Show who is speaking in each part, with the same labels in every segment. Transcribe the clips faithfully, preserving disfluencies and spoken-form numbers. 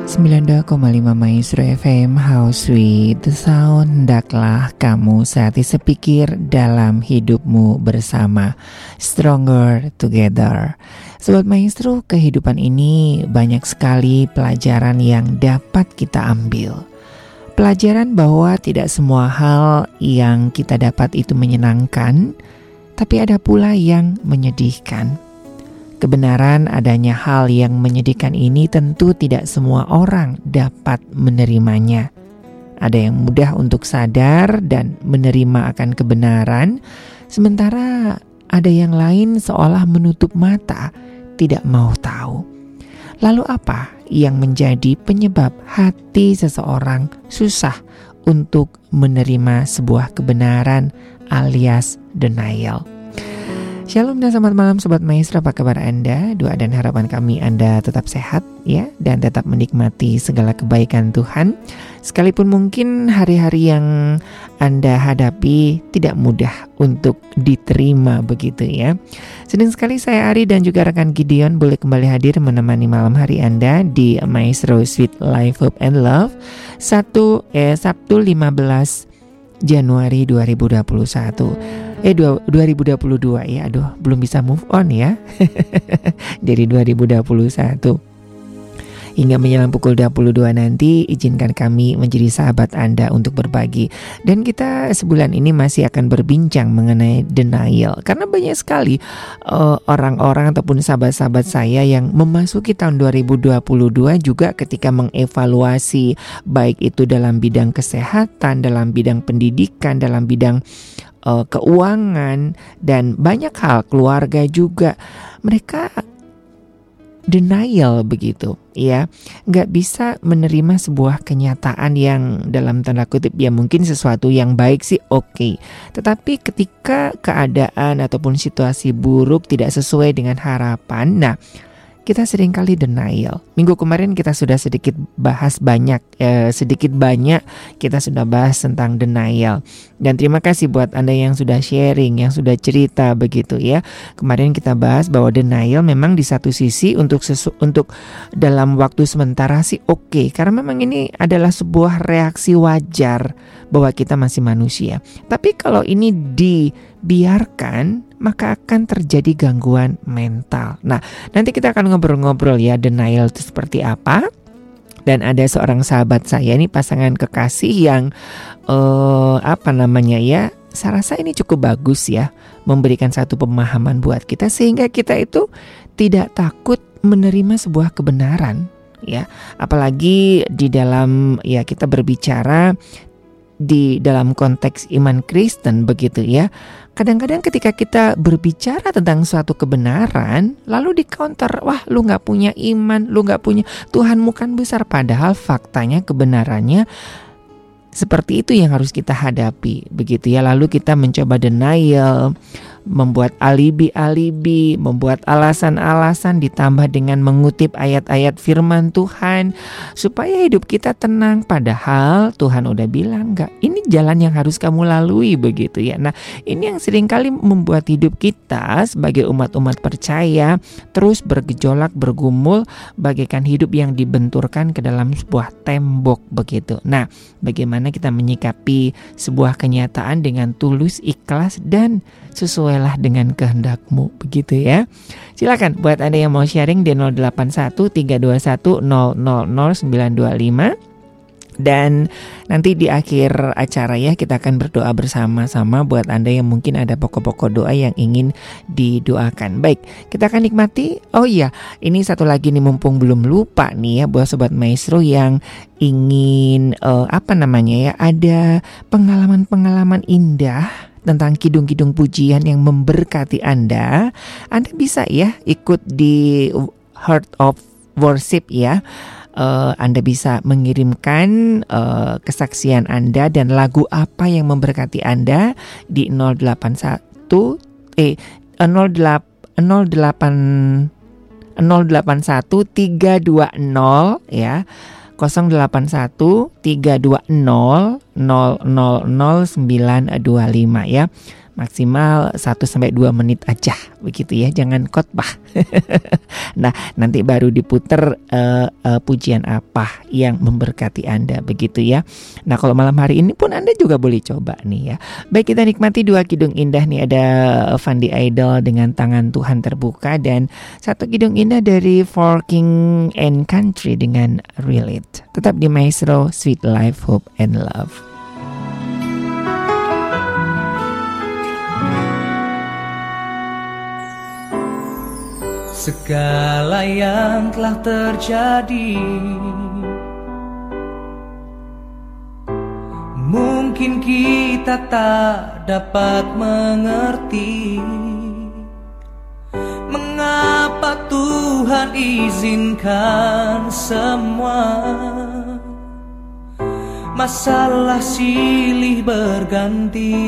Speaker 1: sembilan puluh dua koma lima Maestro F M, How Sweet the Sound. Hendaklah kamu sehati sepikir dalam hidupmu bersama, Stronger Together. Sobat Maestro, kehidupan ini banyak sekali pelajaran yang dapat kita ambil. Pelajaran bahwa tidak semua hal yang kita dapat itu menyenangkan, tapi ada pula yang menyedihkan. Kebenaran adanya hal yang menyedihkan ini tentu tidak semua orang dapat menerimanya. Ada yang mudah untuk sadar dan menerima akan kebenaran, sementara ada yang lain seolah menutup mata, tidak mau tahu. Lalu apa yang menjadi penyebab hati seseorang susah untuk menerima sebuah kebenaran alias denial? Shalom dan selamat malam Sobat Maestro, apa kabar Anda? Doa dan harapan kami Anda tetap sehat ya, dan tetap menikmati segala kebaikan Tuhan. Sekalipun mungkin hari-hari yang Anda hadapi tidak mudah untuk diterima begitu ya. Senang sekali saya Ari dan juga rekan Gideon boleh kembali hadir menemani malam hari Anda di Maestro Sweet Life, Hope and Love satu eh Sabtu lima belas Januari dua ribu dua puluh satu. Eh dua ribu dua puluh dua ya, aduh belum bisa move on ya dari dua ribu dua puluh satu. Hingga menjelang pukul dua puluh dua nanti izinkan kami menjadi sahabat Anda untuk berbagi. Dan kita sebulan ini masih akan berbincang mengenai denial, karena banyak sekali uh, orang-orang ataupun sahabat-sahabat saya yang memasuki tahun dua ribu dua puluh dua juga ketika mengevaluasi baik itu dalam bidang kesehatan, dalam bidang pendidikan, dalam bidang Uh, keuangan dan banyak hal, keluarga juga, mereka denial begitu ya, nggak bisa menerima sebuah kenyataan yang dalam tanda kutip ya mungkin sesuatu yang baik sih oke okay. Tetapi ketika keadaan ataupun situasi buruk tidak sesuai dengan harapan, nah kita seringkali denial. Minggu kemarin kita sudah sedikit bahas banyak, eh, sedikit banyak kita sudah bahas tentang denial. Dan terima kasih buat Anda yang sudah sharing, yang sudah cerita begitu ya. Kemarin kita bahas bahwa denial memang di satu sisi untuk sesu, untuk dalam waktu sementara sih oke, okay, karena memang ini adalah sebuah reaksi wajar bahwa kita masih manusia. Tapi kalau ini dibiarkan, maka akan terjadi gangguan mental. Nah, nanti kita akan ngobrol-ngobrol ya denial itu seperti apa. Dan ada seorang sahabat saya ini, pasangan kekasih yang uh, apa namanya ya, saya rasa ini cukup bagus ya, memberikan satu pemahaman buat kita sehingga kita itu tidak takut menerima sebuah kebenaran ya. Apalagi di dalam ya kita berbicara di dalam konteks iman Kristen begitu ya. Kadang-kadang ketika kita berbicara tentang suatu kebenaran, lalu di counter, wah lu gak punya iman, lu gak punya, Tuhanmu kan besar. Padahal faktanya kebenarannya seperti itu yang harus kita hadapi begitu ya. Lalu kita mencoba denial, membuat alibi-alibi, membuat alasan-alasan, ditambah dengan mengutip ayat-ayat firman Tuhan supaya hidup kita tenang. Padahal Tuhan udah bilang enggak, ini jalan yang harus kamu lalui begitu ya. Nah, ini yang seringkali membuat hidup kita sebagai umat-umat percaya terus bergejolak, bergumul bagaikan hidup yang dibenturkan ke dalam sebuah tembok begitu. Nah, bagaimana kita menyikapi sebuah kenyataan dengan tulus, ikhlas, dan sesuailah dengan kehendakmu begitu ya. Silakan buat Anda yang mau sharing di nol delapan satu tiga dua satu nol nol nol sembilan dua lima. Dan nanti di akhir acara ya kita akan berdoa bersama-sama buat Anda yang mungkin ada pokok-pokok doa yang ingin didoakan. Baik, kita akan nikmati. Oh iya, ini satu lagi nih mumpung belum lupa nih ya, buat Sobat Maestro yang ingin uh, apa namanya ya, ada pengalaman-pengalaman indah tentang kidung-kidung pujian yang memberkati Anda, Anda bisa ya ikut di Heart of Worship ya. Uh, Anda bisa mengirimkan uh, kesaksian Anda dan lagu apa yang memberkati Anda di nol delapan satu eh nol delapan nol delapan satu tiga dua nol ya. nol delapan satu tiga dua nol nol nol nol sembilan dua lima ya. maksimal satu sampai dua menit aja begitu ya, jangan khotbah. Nah, nanti baru diputer uh, uh, pujian apa yang memberkati Anda begitu ya. Nah, kalau malam hari ini pun Anda juga boleh coba nih ya. Baik, kita nikmati dua kidung indah nih, ada Fandi Idol dengan Tangan Tuhan Terbuka, dan satu kidung indah dari For King and Country dengan Relate. Tetap di Maestro, Sweet Life, Hope and Love.
Speaker 2: Segala yang telah terjadi mungkin kita tak dapat mengerti mengapa Tuhan izinkan semua masalah silih berganti.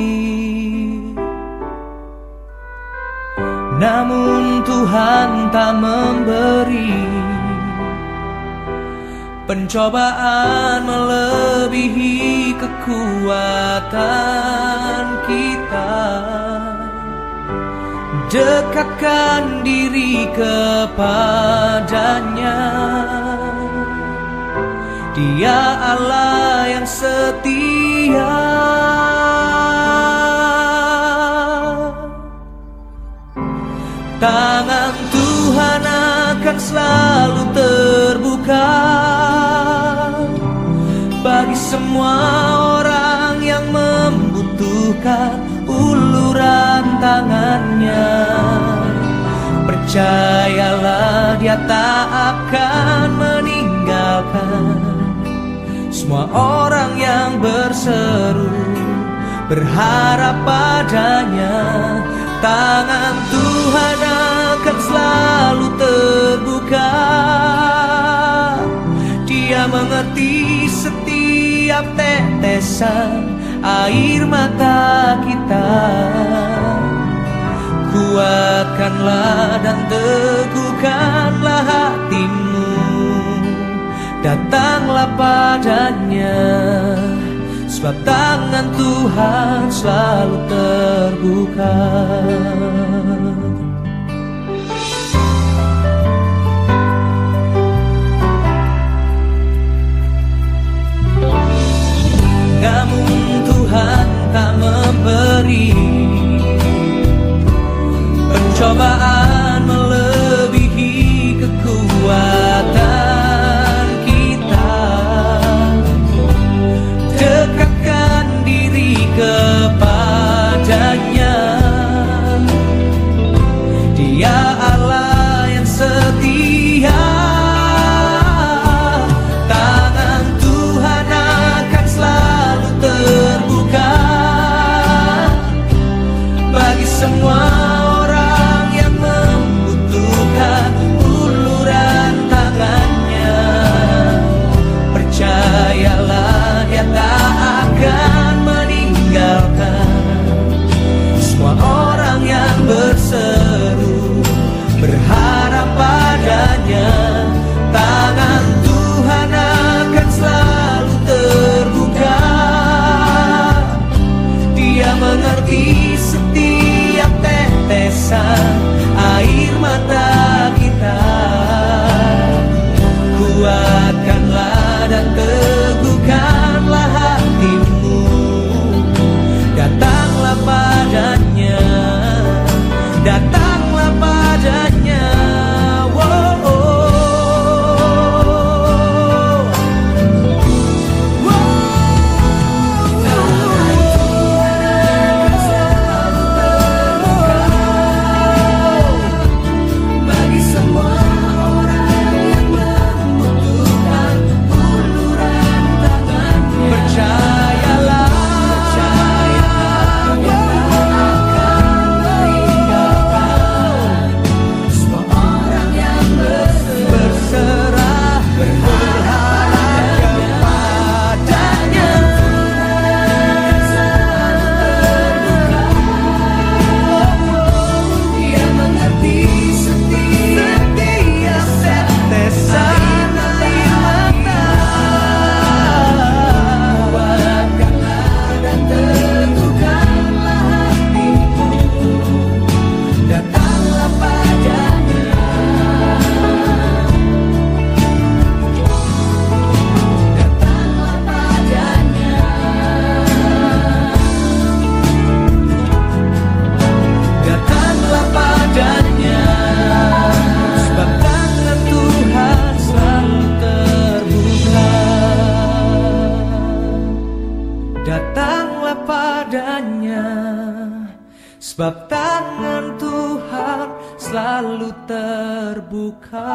Speaker 2: Namun Tuhan tak memberi pencobaan melebihi kekuatan kita. Dekatkan diri kepadanya, Dia Allah yang setia. Tangan Tuhan akan selalu terbuka bagi semua orang yang membutuhkan uluran tangannya. Percayalah, Dia tak akan meninggalkan semua orang yang berseru berharap padanya. Tangan Tuhan akan selalu terbuka, Dia mengerti setiap tetesan air mata kita. Kuatkanlah dan teguhkanlah hatimu, datanglah padanya, sebab tangan Tuhan selalu terbuka. Namun Tuhan tak memberi pencobaan melebihi kekuatan kita. Dekatkan diri kepadanya, sebab tangan Tuhan selalu terbuka.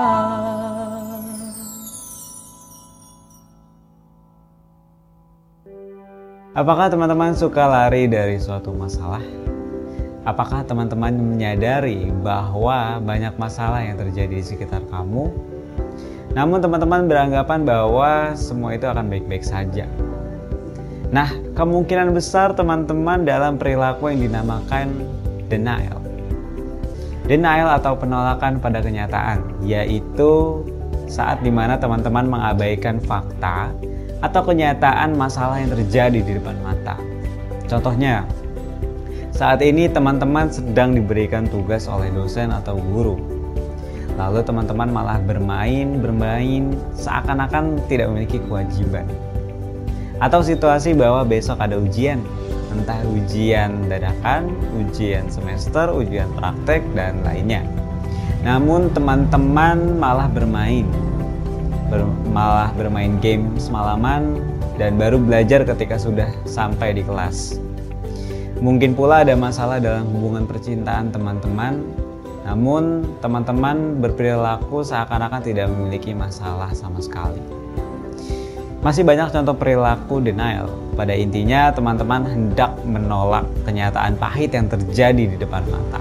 Speaker 3: Apakah teman-teman suka lari dari suatu masalah? Apakah teman-teman menyadari bahwa banyak masalah yang terjadi di sekitar kamu? Namun teman-teman beranggapan bahwa semua itu akan baik-baik saja. Nah, kemungkinan besar teman-teman dalam perilaku yang dinamakan denial. Denial atau penolakan pada kenyataan, yaitu saat dimana teman-teman mengabaikan fakta atau kenyataan masalah yang terjadi di depan mata. Contohnya, saat ini teman-teman sedang diberikan tugas oleh dosen atau guru. Lalu teman-teman malah bermain-bermain seakan-akan tidak memiliki kewajiban. Atau situasi bahwa besok ada ujian, entah ujian dadakan, ujian semester, ujian praktek, dan lainnya. Namun teman-teman malah bermain, ber- malah bermain game semalaman dan baru belajar ketika sudah sampai di kelas. Mungkin pula ada masalah dalam hubungan percintaan teman-teman, namun teman-teman berperilaku seakan-akan tidak memiliki masalah sama sekali. Masih banyak contoh perilaku denial. Pada intinya, teman-teman hendak menolak kenyataan pahit yang terjadi di depan mata.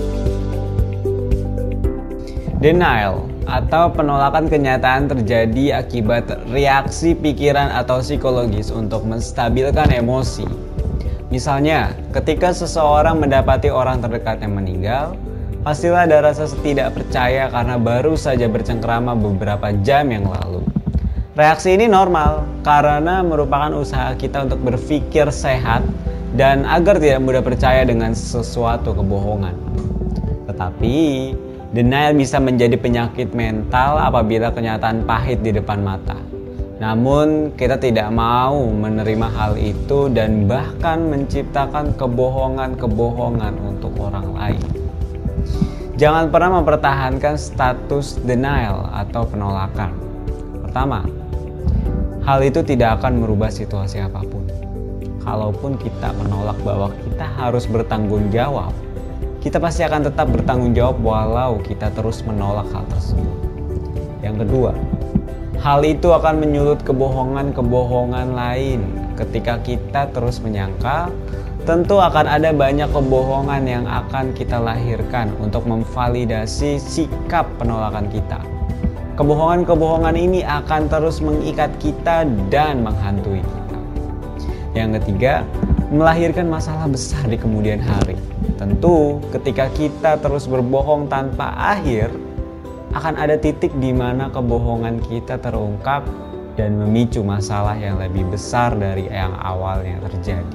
Speaker 3: Denial atau penolakan kenyataan terjadi akibat reaksi pikiran atau psikologis untuk menstabilkan emosi. Misalnya, ketika seseorang mendapati orang terdekat yang meninggal, pastilah ada rasa tidak percaya karena baru saja bercengkrama beberapa jam yang lalu. Reaksi ini normal karena merupakan usaha kita untuk berpikir sehat dan agar tidak mudah percaya dengan sesuatu kebohongan. Tetapi, denial bisa menjadi penyakit mental apabila kenyataan pahit di depan mata. Namun kita tidak mau menerima hal itu dan bahkan menciptakan kebohongan-kebohongan untuk orang lain. Jangan pernah mempertahankan status denial atau penolakan. Pertama, hal itu tidak akan merubah situasi apapun. Kalaupun kita menolak bahwa kita harus bertanggung jawab, kita pasti akan tetap bertanggung jawab walau kita terus menolak hal tersebut. Yang kedua, hal itu akan menyulut kebohongan-kebohongan lain. Ketika kita terus menyangka, tentu akan ada banyak kebohongan yang akan kita lahirkan untuk memvalidasi sikap penolakan kita. Kebohongan-kebohongan ini akan terus mengikat kita dan menghantui kita. Yang ketiga, melahirkan masalah besar di kemudian hari. Tentu, ketika kita terus berbohong tanpa akhir, akan ada titik di mana kebohongan kita terungkap dan memicu masalah yang lebih besar dari yang awalnya terjadi.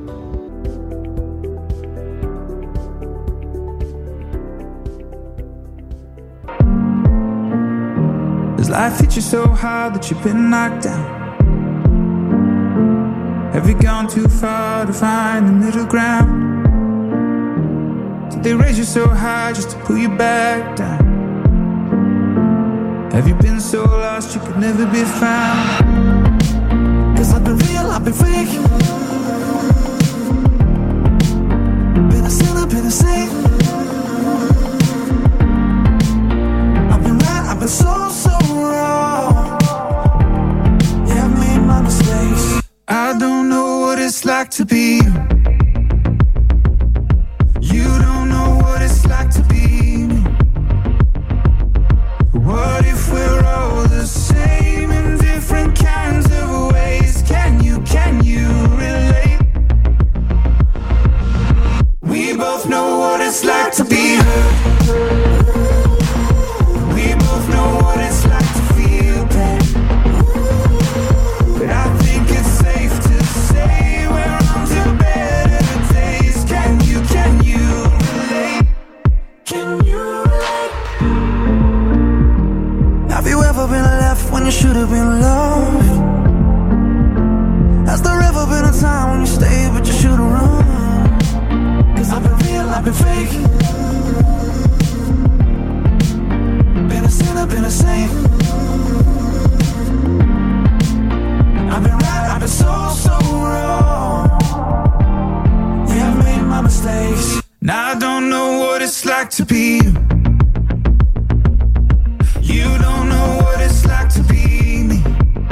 Speaker 4: Does life hit you so hard that you've been knocked down? Have you gone too far to find the middle ground? Did they raise you so high just to pull you back down? Have you been so lost you could never be found? Cause I've been real, I've been fake. Been a sinner, been a saint. I've been right, I've been so, so wrong. Yeah, I've made my mistakes. I don't know what it's like to be you. You don't know what it's like to be me. What if we're all the same in different kinds of ways? Can you, can you relate? We both know what it's like to be hurt. We both know what it's like to feel pain. But I think it's safe to say we're on to better. to be you. You don't know what it's like to be me.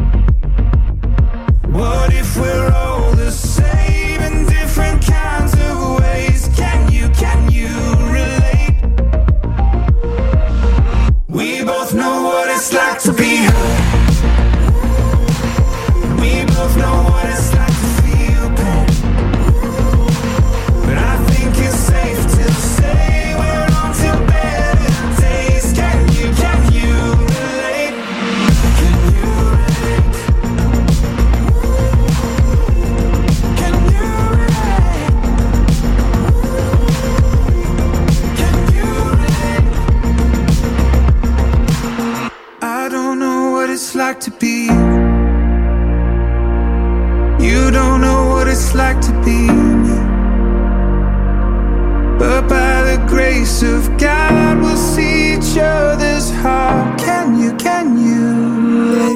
Speaker 4: What if we're all the same in different kinds of ways? Can you, can you relate? We both know what it's like to be hurt. We both know what it's like to feel pain. But I think it's safe to say we're on to better days. Can you, can you relate? Can you relate? Can you relate? Can you relate? I don't know what it's like to be you. You don't know what it's like to be me. But by the grace of God, we'll see each other's heart. Can you, can you relate?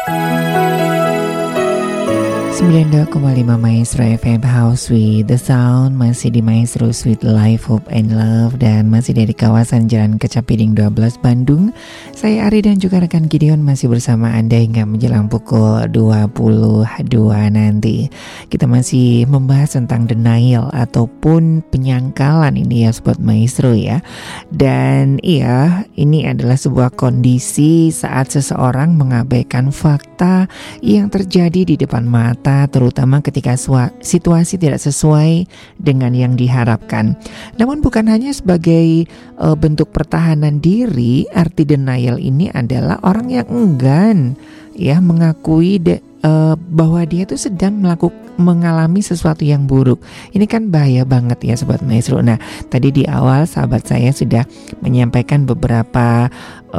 Speaker 1: sembilan puluh dua koma lima Maestro F M House with the Sound. Masih di Maestro Sweet Life, Hope and Love. Dan masih dari kawasan Jalan Kecapiding dua belas Bandung. Saya Ari dan juga rekan Gideon masih bersama Anda hingga menjelang pukul dua puluh dua nanti. Kita masih membahas tentang denial ataupun penyangkalan ini ya Sobat Maestro ya. Dan iya, ini adalah sebuah kondisi saat seseorang mengabaikan fakta yang terjadi di depan mata, terutama ketika situasi tidak sesuai dengan yang diharapkan. Namun bukan hanya sebagai uh, bentuk pertahanan diri, arti denial ini adalah orang yang enggan ya mengakui de, uh, bahwa dia itu sedang melakukan mengalami sesuatu yang buruk. Ini kan bahaya banget ya Sobat Maestro. Nah, tadi di awal sahabat saya sudah menyampaikan beberapa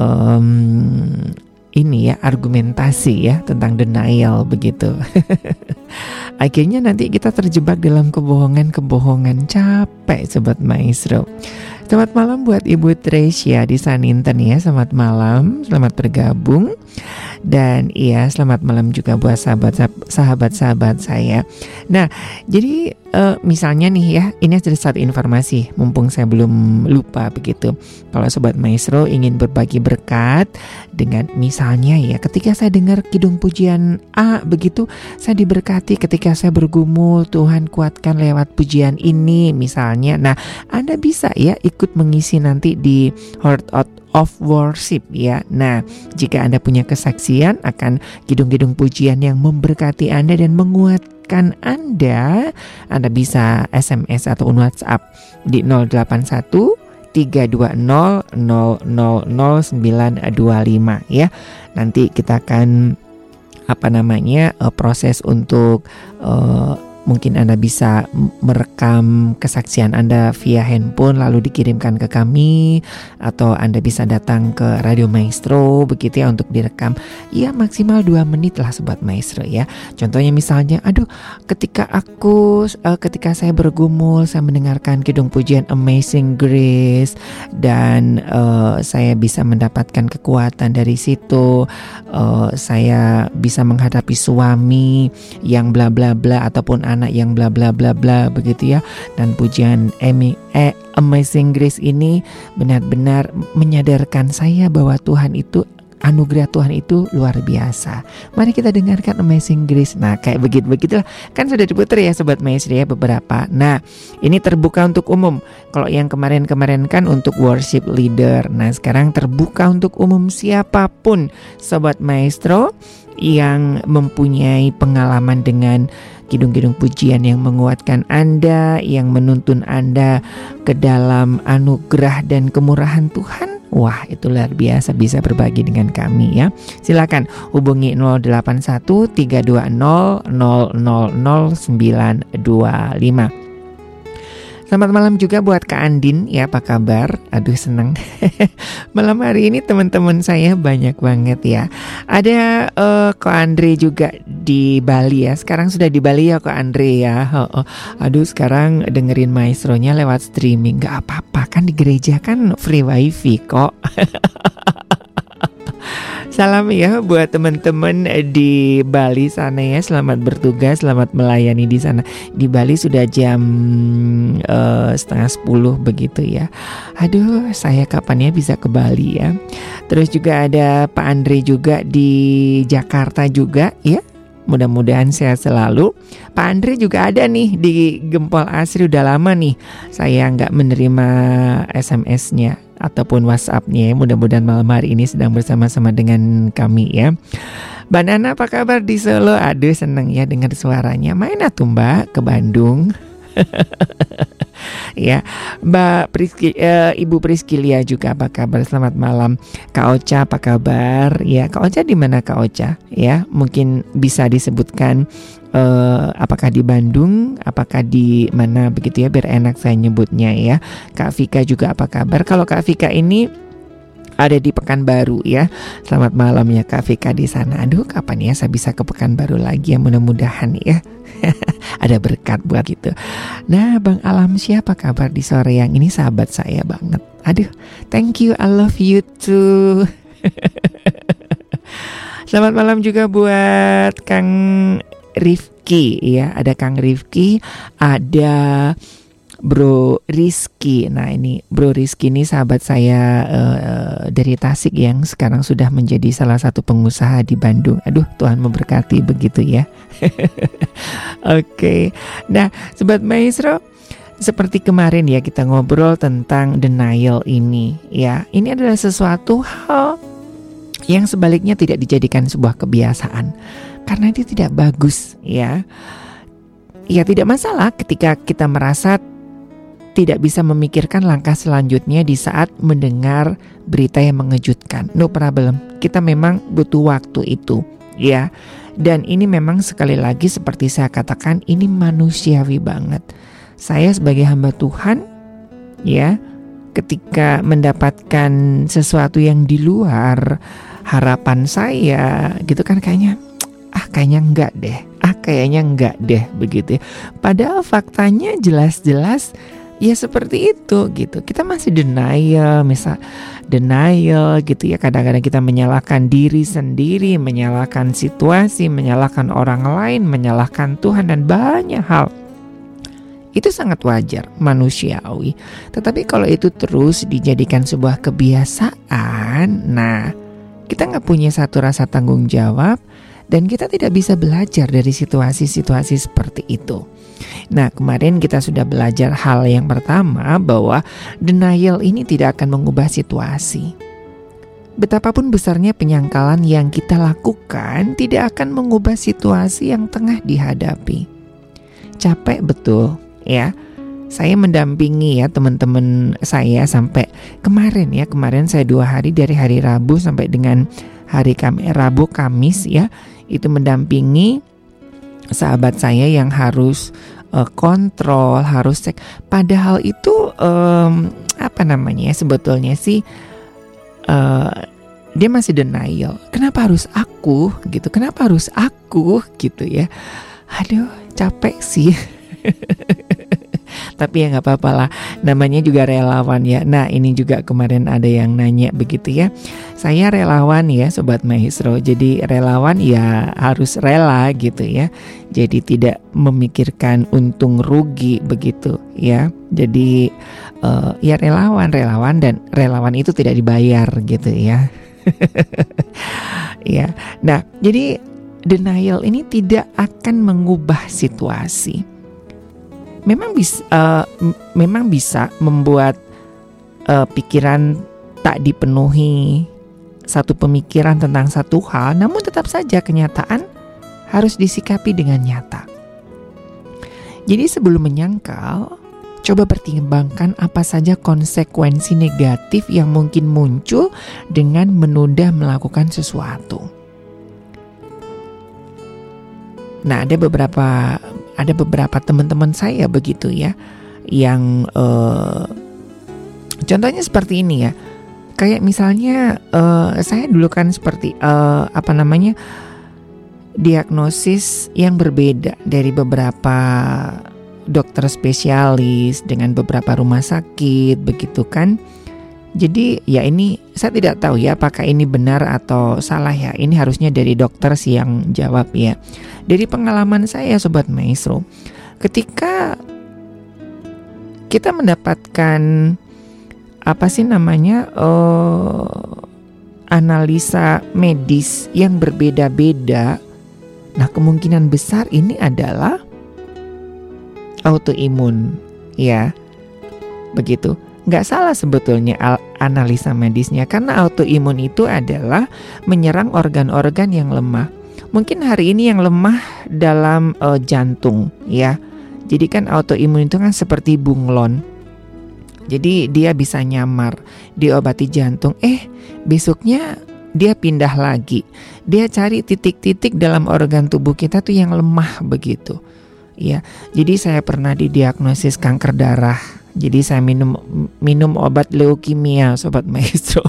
Speaker 1: um, ini ya argumentasi ya tentang denial begitu. Akhirnya nanti kita terjebak dalam kebohongan-kebohongan. Capek Sobat Maestro. Selamat malam buat Ibu Tresya di Saninten ya. Selamat malam, selamat bergabung. Dan iya, selamat malam juga buat sahabat-sahabat saya. Nah, jadi uh, misalnya nih ya, ini ada satu informasi, mumpung saya belum lupa begitu. Kalau Sobat Maestro ingin berbagi berkat dengan misalnya ya, ketika saya dengar kidung pujian A begitu, saya diberkati ketika saya bergumul, Tuhan kuatkan lewat pujian ini misalnya. Nah, Anda bisa ya ikut mengisi nanti di Heart Out of Worship ya. Nah, jika Anda punya kesaksian akan kidung-kidung pujian yang memberkati Anda dan menguatkan Anda, Anda bisa S M S atau WhatsApp di nol delapan satu tiga dua nol nol nol nol sembilan dua lima ya. Nanti kita akan apa namanya uh, proses untuk uh, mungkin Anda bisa merekam kesaksian Anda via handphone lalu dikirimkan ke kami, atau Anda bisa datang ke Radio Maestro begitu ya untuk direkam. Ya maksimal dua menit lah Sobat Maestro ya. Contohnya misalnya, aduh ketika aku uh, ketika saya bergumul, saya mendengarkan kidung pujian Amazing Grace dan uh, saya bisa mendapatkan kekuatan dari situ. Uh, saya bisa menghadapi suami yang bla bla bla ataupun anak yang bla bla bla bla begitu ya. Dan pujian Amy, eh, Amazing Grace ini benar-benar menyadarkan saya bahwa Tuhan itu, anugerah Tuhan itu luar biasa. Mari kita dengarkan Amazing Grace. Nah kayak begitu-begitulah. Kan sudah diputar ya Sobat Maestro ya beberapa. Nah ini terbuka untuk umum. Kalau yang kemarin-kemarin kan untuk worship leader. Nah sekarang terbuka untuk umum, siapapun Sobat Maestro yang mempunyai pengalaman dengan kidung-kidung pujian yang menguatkan Anda, yang menuntun Anda ke dalam anugerah dan kemurahan Tuhan. Wah, itu luar biasa, bisa berbagi dengan kami ya. Silakan hubungi nol delapan satu tiga dua nol nol nol nol sembilan dua lima. Selamat malam juga buat Kak Andin ya, apa kabar? Aduh seneng. Malam hari ini teman-teman saya banyak banget ya. Ada uh, Kak Andre juga di Bali ya. Sekarang sudah di Bali ya Kak Andre ya. Oh, oh. Aduh sekarang dengerin maestronya lewat streaming. Gak apa-apa kan, di gereja kan free wifi kok. Salam ya buat teman-teman di Bali sana ya. Selamat bertugas, selamat melayani di sana. Di Bali sudah jam uh, setengah sepuluh begitu ya. Aduh, saya kapan ya bisa ke Bali ya. Terus juga ada Pak Andre juga di Jakarta juga ya. Mudah-mudahan sehat selalu. Pak Andre juga ada nih di Gempol Asri, udah lama nih saya nggak menerima S M S-nya ataupun WhatsApp-nya. Mudah-mudahan malam hari ini sedang bersama-sama dengan kami ya. Mbak Nana apa kabar di Solo? Aduh seneng ya dengar suaranya. Main atuh Mbak ke Bandung. Ya, Mbak Priski, uh, Ibu Priskilia juga apa kabar? Selamat malam. Kak Ocha apa kabar? Ya, Kak Ocha di mana Kak Ocha? Ya, mungkin bisa disebutkan uh, apakah di Bandung, apakah di mana begitu ya, biar enak saya nyebutnya ya. Kak Vika juga apa kabar? Kalau Kak Vika ini ada di Pekanbaru ya. Selamat malam ya Kak Vika di sana. Aduh, kapan ya saya bisa ke Pekanbaru lagi ya, mudah-mudahan ya. Ada berkat buat gitu. Nah, Bang Alam siapa kabar di sore yang ini? Sahabat saya banget. Aduh, thank you, I love you too. Selamat malam juga buat Kang Rifki ya. Ada Kang Rifki, ada Bro Rizky. Nah ini Bro Rizky ini sahabat saya uh, dari Tasik yang sekarang sudah menjadi salah satu pengusaha di Bandung. Aduh, Tuhan memberkati begitu ya. Oke, okay. Nah Sobat Maestro, seperti kemarin ya kita ngobrol tentang denial ini ya. Ini adalah sesuatu hal yang sebaliknya tidak dijadikan sebuah kebiasaan karena itu tidak bagus ya. Ya tidak masalah ketika kita merasa tidak bisa memikirkan langkah selanjutnya di saat mendengar berita yang mengejutkan. No problem. Kita memang butuh waktu itu, ya. Dan ini memang sekali lagi seperti saya katakan, ini manusiawi banget. Saya sebagai hamba Tuhan, ya, ketika mendapatkan sesuatu yang di luar harapan saya, gitu kan kayaknya, ah kayaknya enggak deh, ah kayaknya enggak deh, begitu. Padahal faktanya jelas-jelas ya seperti itu gitu. Kita masih denial, misal denial gitu ya. Kadang-kadang kita menyalahkan diri sendiri, menyalahkan situasi, menyalahkan orang lain, menyalahkan Tuhan dan banyak hal. Itu sangat wajar, manusiawi. Tetapi kalau itu terus dijadikan sebuah kebiasaan, nah kita nggak punya satu rasa tanggung jawab dan kita tidak bisa belajar dari situasi-situasi seperti itu. Nah, kemarin kita sudah belajar hal yang pertama bahwa denial ini tidak akan mengubah situasi. Betapapun besarnya penyangkalan yang kita lakukan tidak akan mengubah situasi yang tengah dihadapi. Capek betul, ya. Saya mendampingi ya teman-teman saya sampai kemarin ya. Kemarin saya dua hari dari hari Rabu sampai dengan hari Kamis, Rabu Kamis ya. Itu mendampingi sahabat saya yang harus uh, kontrol, harus cek. Padahal itu um, apa namanya ya, sebetulnya sih uh, dia masih denial. Kenapa harus aku gitu? Kenapa harus aku gitu ya? Aduh, capek sih. Tapi ya gak apa-apa lah, namanya juga relawan ya. Nah ini juga kemarin ada yang nanya begitu ya. Saya relawan ya Sobat Maestro. Jadi relawan ya harus rela gitu ya. Jadi tidak memikirkan untung rugi begitu ya. Jadi uh, ya relawan-relawan dan relawan itu tidak dibayar gitu ya. Ya. Nah jadi denial ini tidak akan mengubah situasi. Memang bisa, uh, m- memang bisa membuat uh, pikiran tak dipenuhi satu pemikiran tentang satu hal, namun tetap saja kenyataan harus disikapi dengan nyata. Jadi sebelum menyangkal, coba pertimbangkan apa saja konsekuensi negatif yang mungkin muncul dengan menunda melakukan sesuatu. Nah, ada beberapa ada beberapa teman-teman saya begitu ya, yang uh, contohnya seperti ini ya. Kayak misalnya uh, saya dulu kan seperti uh, apa namanya diagnosis yang berbeda dari beberapa dokter spesialis dengan beberapa rumah sakit begitu kan. Jadi ya ini saya tidak tahu ya apakah ini benar atau salah ya. Ini harusnya dari dokter sih yang jawab ya. Dari pengalaman saya Sobat Maestro, ketika kita mendapatkan apa sih namanya uh, analisa medis yang berbeda-beda, nah kemungkinan besar ini adalah autoimun ya, begitu. Nggak salah sebetulnya analisa medisnya, karena autoimun itu adalah menyerang organ-organ yang lemah. Mungkin hari ini yang lemah dalam uh, jantung ya. Jadi kan autoimun itu kan seperti bunglon. Jadi dia bisa nyamar, diobati jantung, eh besoknya dia pindah lagi. Dia cari titik-titik dalam organ tubuh kita tuh yang lemah begitu. Ya, jadi saya pernah didiagnosis kanker darah. Jadi saya minum minum obat leukemia Sobat Maestro.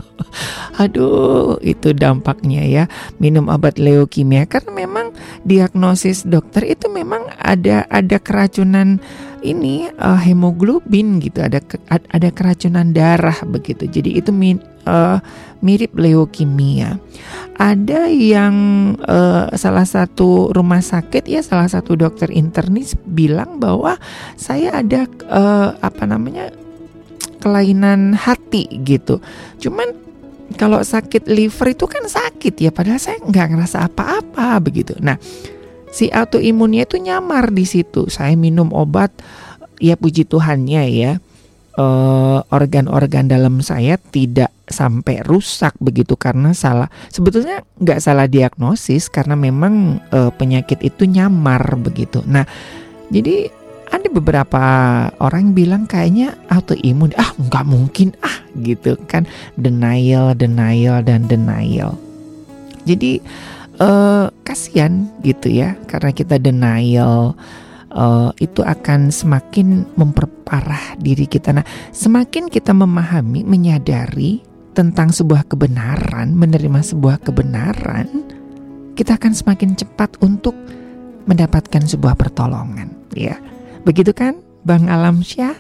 Speaker 1: Aduh, itu dampaknya ya, minum obat leukemia karena memang diagnosis dokter itu memang ada ada keracunan ini uh, hemoglobin gitu, ada ada keracunan darah begitu. Jadi itu min, uh, mirip leukemia. Ada yang uh, salah satu rumah sakit ya, salah satu dokter internis bilang bahwa saya ada uh, apa namanya kelainan hati gitu. Cuman kalau sakit liver itu kan sakit ya, padahal saya nggak ngerasa apa-apa begitu. Nah, si autoimunnya itu nyamar di situ. Saya minum obat, ya puji Tuhannya ya, eh, organ-organ dalam saya tidak sampai rusak begitu karena salah. Sebetulnya nggak salah diagnosis karena memang eh, penyakit itu nyamar begitu. Nah, jadi ada beberapa orang bilang kayaknya autoimun, ah nggak mungkin ah gitu kan, denial, denial dan denial. Jadi uh, kasihan gitu ya, karena kita denial uh, itu akan semakin memperparah diri kita. Nah, semakin kita memahami, menyadari tentang sebuah kebenaran, menerima sebuah kebenaran, kita akan semakin cepat untuk mendapatkan sebuah pertolongan, ya. Begitu kan Bang Alamsyah?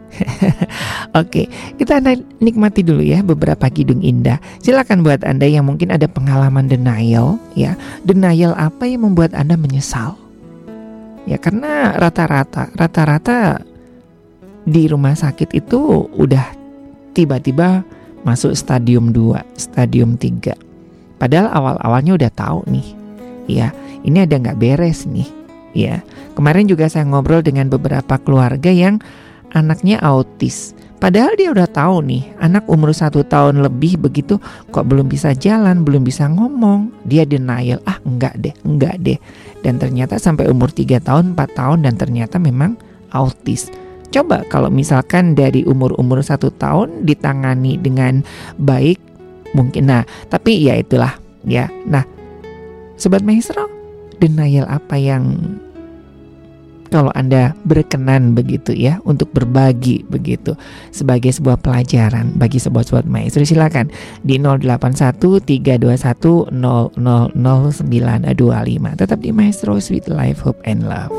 Speaker 1: Oke, kita nikmati dulu ya beberapa kidung indah. Silakan buat Anda yang mungkin ada pengalaman denial ya. Denial apa yang membuat Anda menyesal? Ya karena rata-rata Rata-rata di rumah sakit itu udah tiba-tiba masuk stadium dua, stadium tiga. Padahal awal-awalnya udah tahu nih, ya ini ada gak beres nih. Ya, kemarin juga saya ngobrol dengan beberapa keluarga yang anaknya autis. Padahal dia udah tahu nih, anak umur satu tahun lebih begitu kok belum bisa jalan, belum bisa ngomong. Dia denial, ah enggak deh, enggak deh. Dan ternyata sampai umur tiga tahun, empat tahun dan ternyata memang autis. Coba kalau misalkan dari umur-umur satu tahun ditangani dengan baik, mungkin. Nah, tapi ya itulah ya. Nah, Sobat Maestro, denial apa yang kalau Anda berkenan begitu ya untuk berbagi begitu sebagai sebuah pelajaran bagi sebuah Sobat Maestro, silakan di nol delapan satu tiga dua satu nol nol nol sembilan dua lima. Tetap di Maestro Sweet Life, Hope and Love.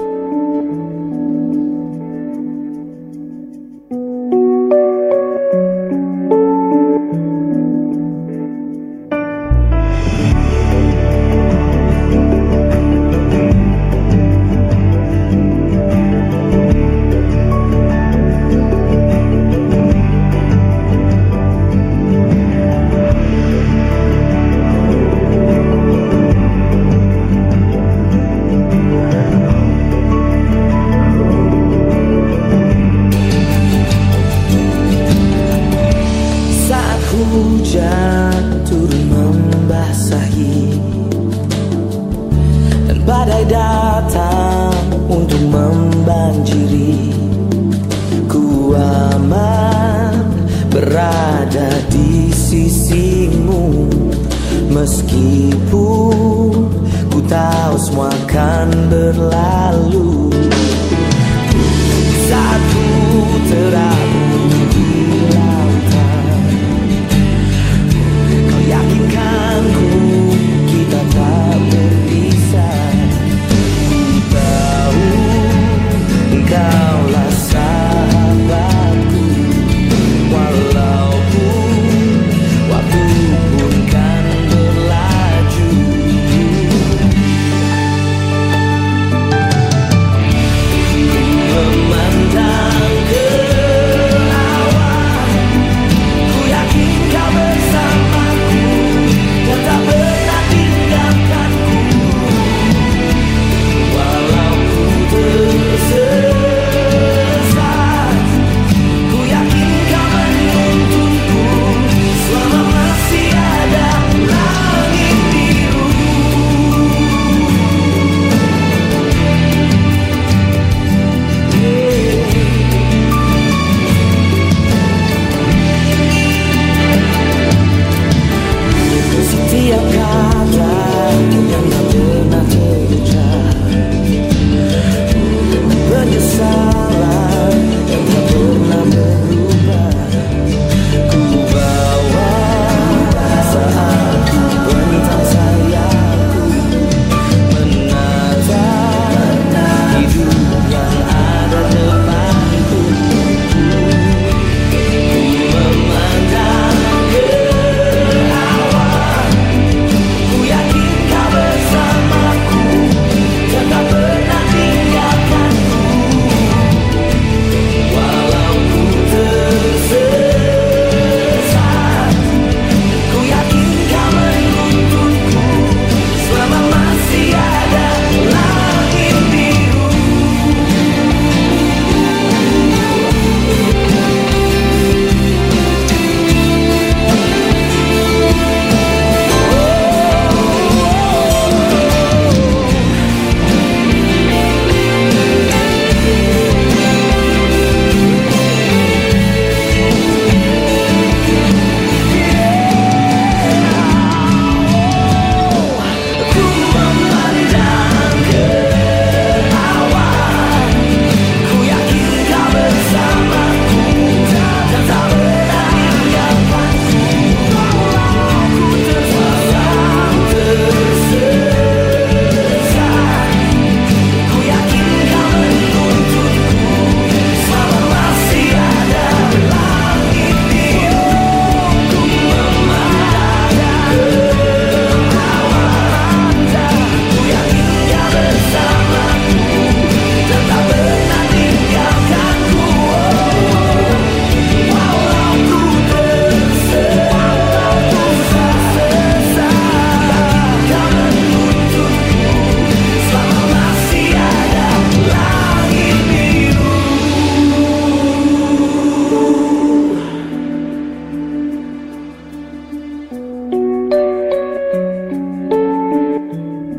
Speaker 2: Kaulah sahabatku, walaupun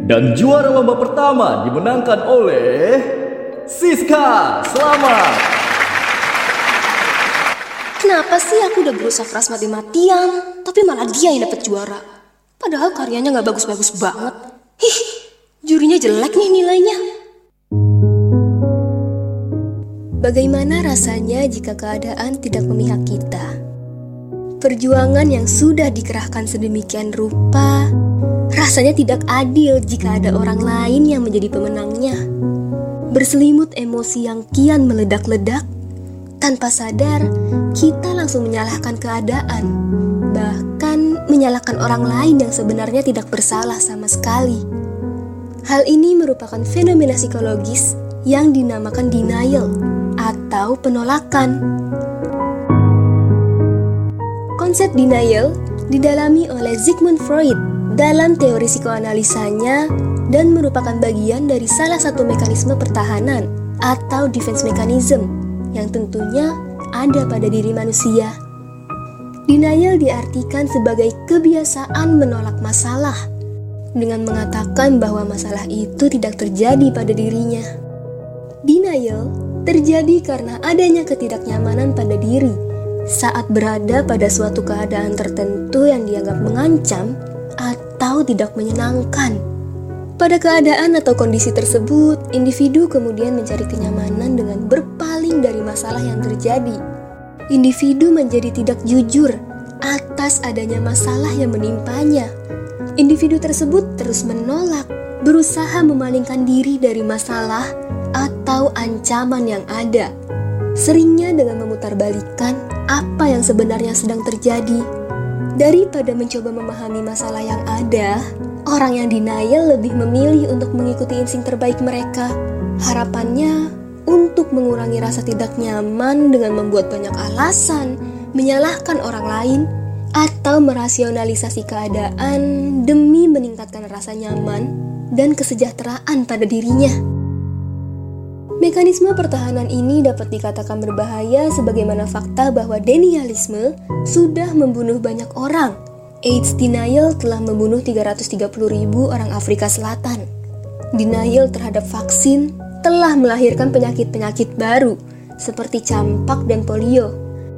Speaker 5: Dan juara lomba pertama dimenangkan oleh Siska. Selamat.
Speaker 6: Kenapa sih aku udah berusaha keras mati-matian, tapi malah dia yang dapat juara? Padahal karyanya gak bagus-bagus banget. Hih, jurinya jelek nih nilainya. Bagaimana rasanya jika keadaan tidak memihak kita? Perjuangan yang sudah dikerahkan sedemikian rupa, rasanya tidak adil jika ada orang lain yang menjadi pemenangnya. Berselimut emosi yang kian meledak-ledak, tanpa sadar kita langsung menyalahkan keadaan, bahkan menyalahkan orang lain yang sebenarnya tidak bersalah sama sekali. Hal ini merupakan fenomena psikologis yang dinamakan denial atau penolakan. Konsep denial didalami oleh Sigmund Freud dalam teori psikoanalisanya dan merupakan bagian dari salah satu mekanisme pertahanan atau defense mechanism yang tentunya ada pada diri manusia. Denial diartikan sebagai kebiasaan menolak masalah dengan mengatakan bahwa masalah itu tidak terjadi pada dirinya. Denial terjadi karena adanya ketidaknyamanan pada diri saat berada pada suatu keadaan tertentu yang dianggap mengancam atau tidak menyenangkan. Pada keadaan atau kondisi tersebut, individu kemudian mencari kenyamanan dengan berpaling dari masalah yang terjadi. Individu menjadi tidak jujur atas adanya masalah yang menimpanya. Individu tersebut terus menolak, berusaha memalingkan diri dari masalah atau ancaman yang ada. Seringnya dengan memutarbalikkan apa yang sebenarnya sedang terjadi. Daripada mencoba memahami masalah yang ada, orang yang denial lebih memilih untuk mengikuti insting terbaik mereka. Harapannya untuk mengurangi rasa tidak nyaman dengan membuat banyak alasan, menyalahkan orang lain, atau merasionalisasi keadaan demi meningkatkan rasa nyaman dan kesejahteraan pada dirinya. Mekanisme pertahanan ini dapat dikatakan berbahaya sebagaimana fakta bahwa denialisme sudah membunuh banyak orang. AIDS denial telah membunuh tiga ratus tiga puluh ribu orang Afrika Selatan. Denial terhadap vaksin telah melahirkan penyakit-penyakit baru seperti campak dan polio.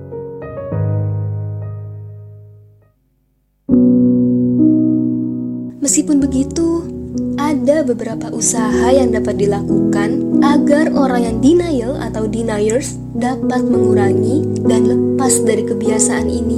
Speaker 6: Meskipun begitu, ada beberapa usaha yang dapat dilakukan agar orang yang denial atau deniers dapat mengurangi dan lepas dari kebiasaan ini.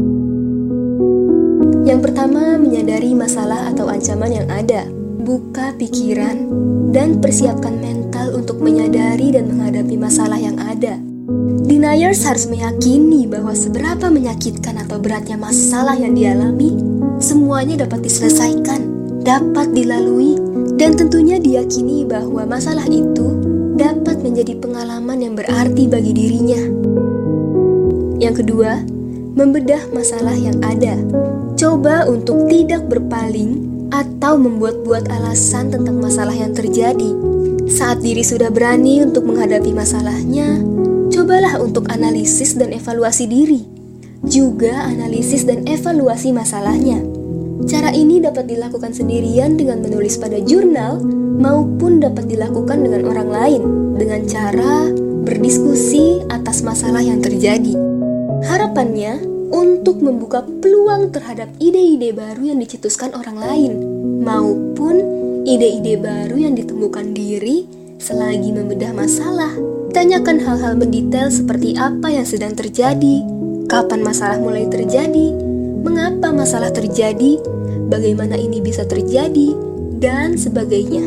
Speaker 6: Yang pertama, menyadari masalah atau ancaman yang ada. Buka pikiran dan persiapkan mental untuk menyadari dan menghadapi masalah yang ada. Deniers harus meyakini bahwa seberapa menyakitkan atau beratnya masalah yang dialami, semuanya dapat diselesaikan, dapat dilalui, dan tentunya diyakini bahwa masalah itu dapat menjadi pengalaman yang berarti bagi dirinya. Yang kedua, membedah masalah yang ada. Coba untuk tidak berpaling atau membuat-buat alasan tentang masalah yang terjadi. Saat diri sudah berani untuk menghadapi masalahnya, cobalah untuk analisis dan evaluasi diri. Juga analisis dan evaluasi masalahnya. Cara ini dapat dilakukan sendirian dengan menulis pada jurnal maupun dapat dilakukan dengan orang lain dengan cara berdiskusi atas masalah yang terjadi. Harapannya untuk membuka peluang terhadap ide-ide baru yang dicetuskan orang lain maupun ide-ide baru yang ditemukan diri selagi membedah masalah. Tanyakan hal-hal mendetail seperti apa yang sedang terjadi, kapan masalah mulai terjadi, mengapa masalah terjadi, bagaimana ini bisa terjadi, dan sebagainya.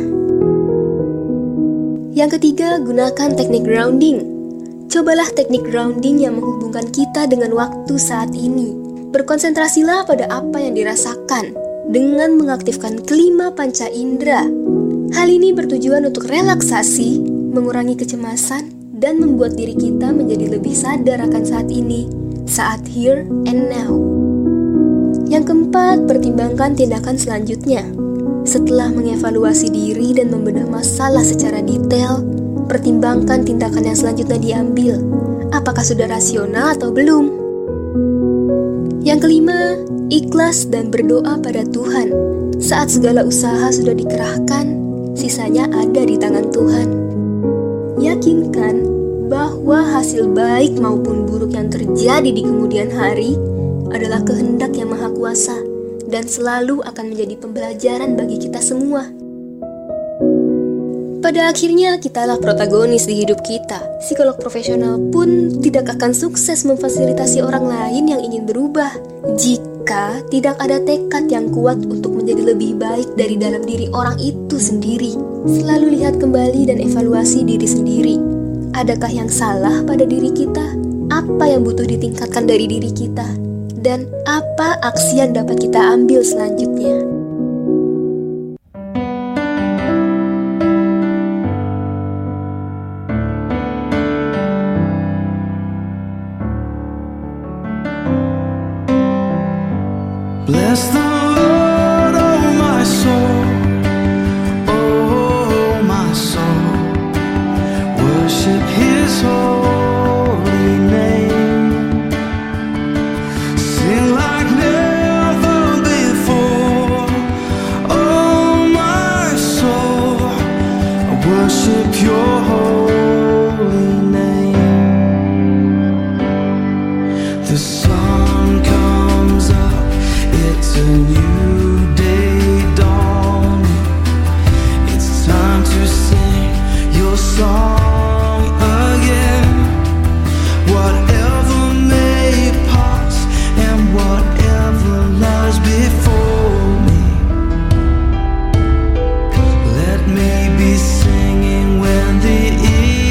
Speaker 6: Yang ketiga, gunakan teknik grounding. Cobalah teknik grounding yang menghubungkan kita dengan waktu saat ini. Berkonsentrasilah pada apa yang dirasakan dengan mengaktifkan kelima panca indera. Hal ini bertujuan untuk relaksasi, mengurangi kecemasan, dan membuat diri kita menjadi lebih sadar akan saat ini, saat here and now. Yang keempat, pertimbangkan tindakan selanjutnya. Setelah mengevaluasi diri dan membedah masalah secara detail, pertimbangkan tindakan yang selanjutnya diambil. Apakah sudah rasional atau belum? Yang kelima, ikhlas dan berdoa pada Tuhan. Saat segala usaha sudah dikerahkan, sisanya ada di tangan Tuhan. Yakinkan bahwa hasil baik maupun buruk yang terjadi di kemudian hari adalah kehendak yang maha kuasa dan selalu akan menjadi pembelajaran bagi kita semua. Pada akhirnya, kitalah protagonis di hidup kita. Psikolog profesional pun tidak akan sukses memfasilitasi orang lain yang ingin berubah jika tidak ada tekad yang kuat untuk menjadi lebih baik dari dalam diri orang itu sendiri. Selalu lihat kembali dan evaluasi diri sendiri. Adakah yang salah pada diri kita? Apa yang butuh ditingkatkan dari diri kita? Dan apa aksi yang dapat kita ambil selanjutnya?
Speaker 4: Bless the Lord, oh my soul, oh my soul, worship His holy name, sing like never before, oh my soul, worship Your holy name. The sun comes up, it's a new day dawning. It's time to sing your song again. Whatever may pass and whatever lies before me, let me be singing when the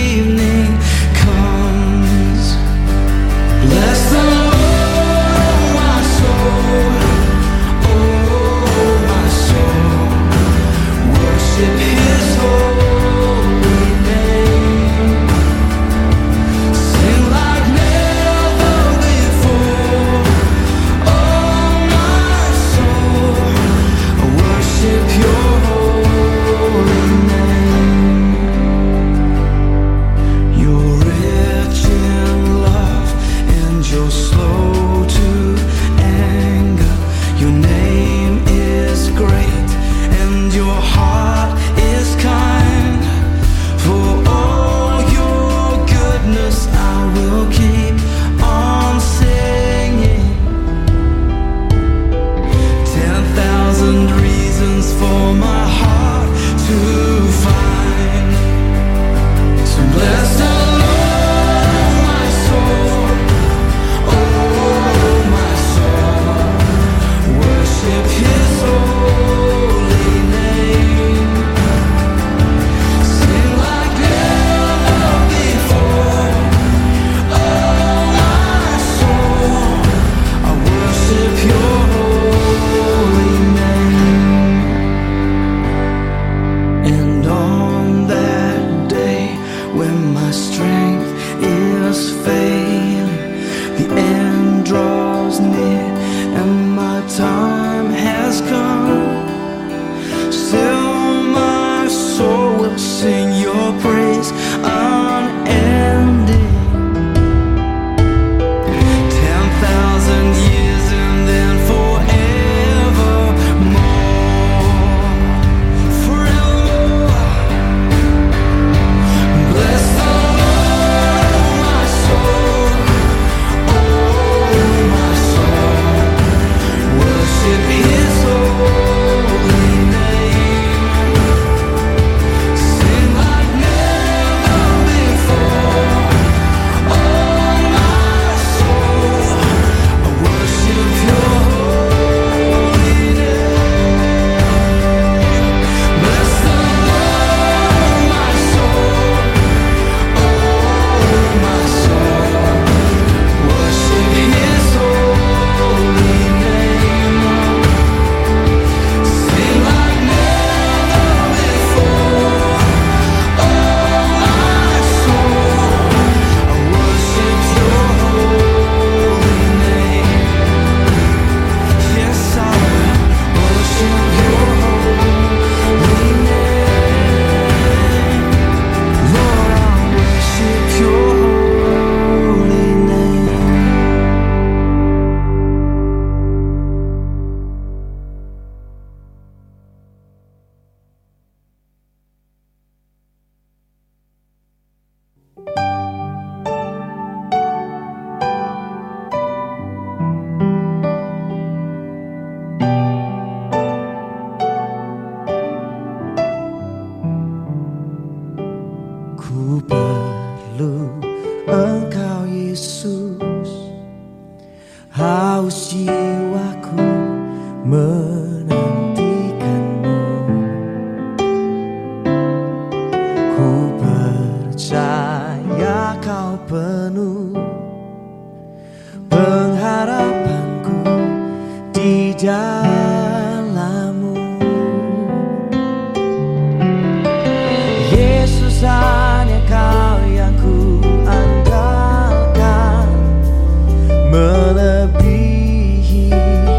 Speaker 2: Ku perlu Engkau Yesus, haus jiwaku menantikanmu. Ku percaya Kau penuh pengharapanku di dalam-Mu. Yesus, hanya Kau yang ku andalkan, melebihi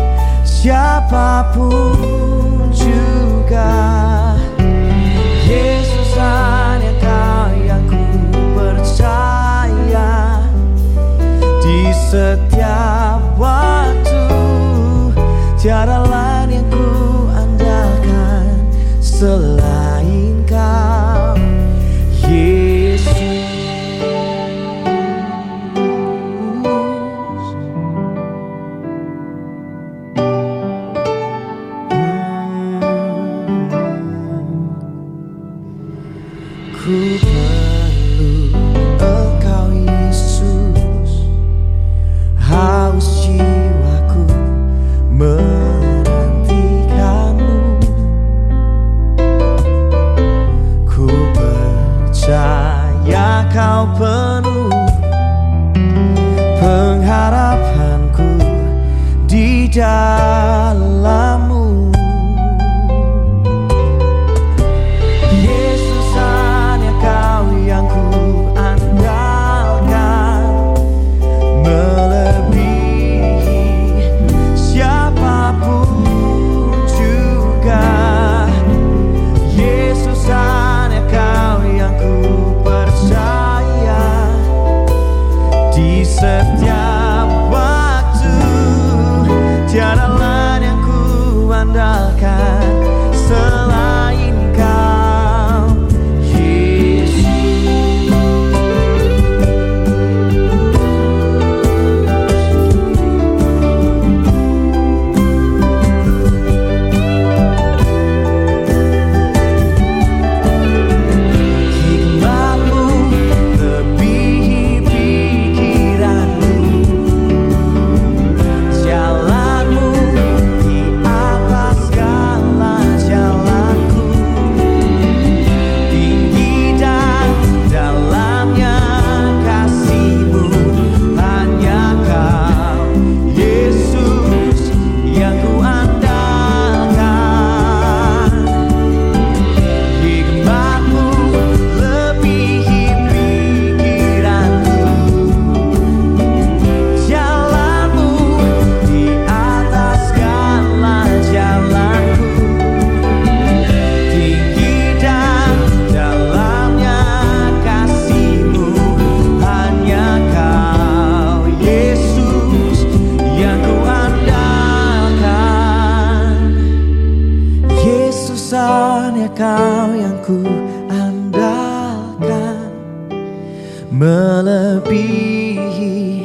Speaker 2: siapapun juga. Yesus, hanya Kau yang ku percaya di setiap waktu. Tiada lain yang ku andalkan selain Kau, Yesus. Ku perlu Engkau Yesus, haus jiwaku menantikanmu. Ku percaya Kau penuh pengharapanku di dalam-Mu. Yesus, hanya Kau yang ku andalkan, melebihi siapapun juga. Yesus, hanya Kau yang ku percaya di setiap waktu. Tiada lain yang ku andalkan selain Kau, Yesus. Hikmat-Mu lebihi pikiranku, jalan-Mu di atas segala jalanku. Tinggi dan dalamnya kasih-Mu, hanya Kau Yesus yang ku andalkan. Hikmat-Mu lebihi pikiranku, jalan-Mu di atas segala jalanku. Tinggi dan dalamnya kasih-Mu, hanya Kau Yesus yang ku andalkan. Yesus, hanya Kau yang ku andalkan, melebihi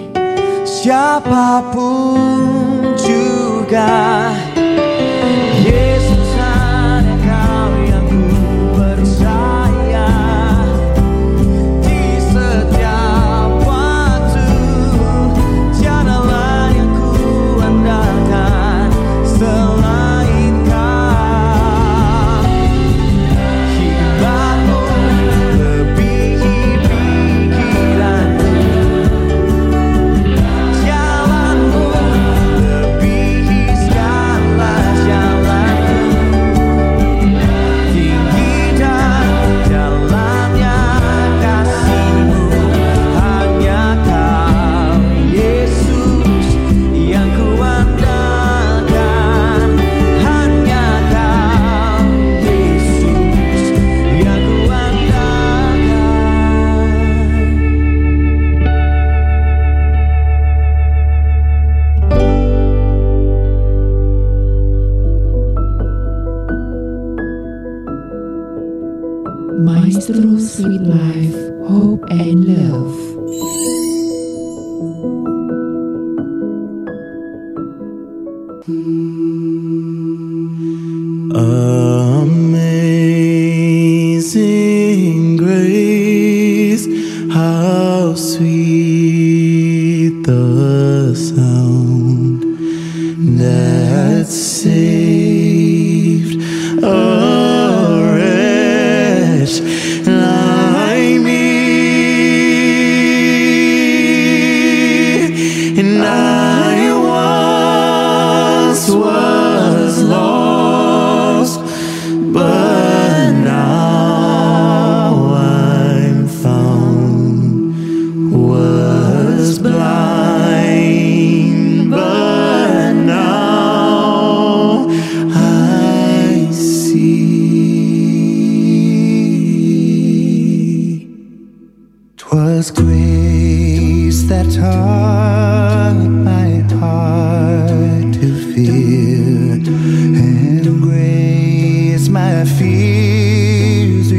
Speaker 2: siapapun juga. Yesus, hanya Kau yang ku percaya di setiap waktu. Tiada lain yang ku andalkan selain Kau. Hikmat-Mu lebihi pikiranku, jalan-Mu lebihi segala jalanku. Tinggi dan dalamnya kasih-Mu, hanya Kau Yesus yang ku andalkan. Hanya Kau Yesus yang ku andalkan.
Speaker 7: Maestro Sweet Life, Hope and Love.
Speaker 2: Amazing grace,
Speaker 4: sweet the sound that saved a wretch like me. And I once was lost, but now I'm found. Was blind, but now I see. 'Twas grace that taught my heart to fear, and grace my fears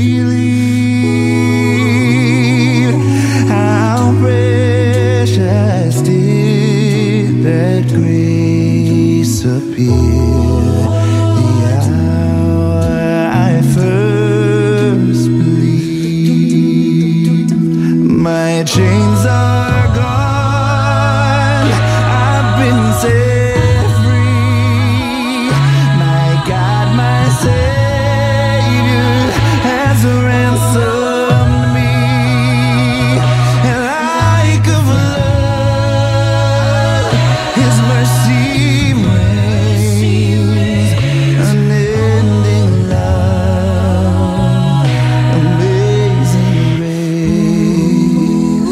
Speaker 4: relieve. How precious did that grace appear the hour I first believed. My chains are gone, I've been set free. My God, my Savior has ransomed me. And like a flood, His mercy reigns. Unending love, amazing grace.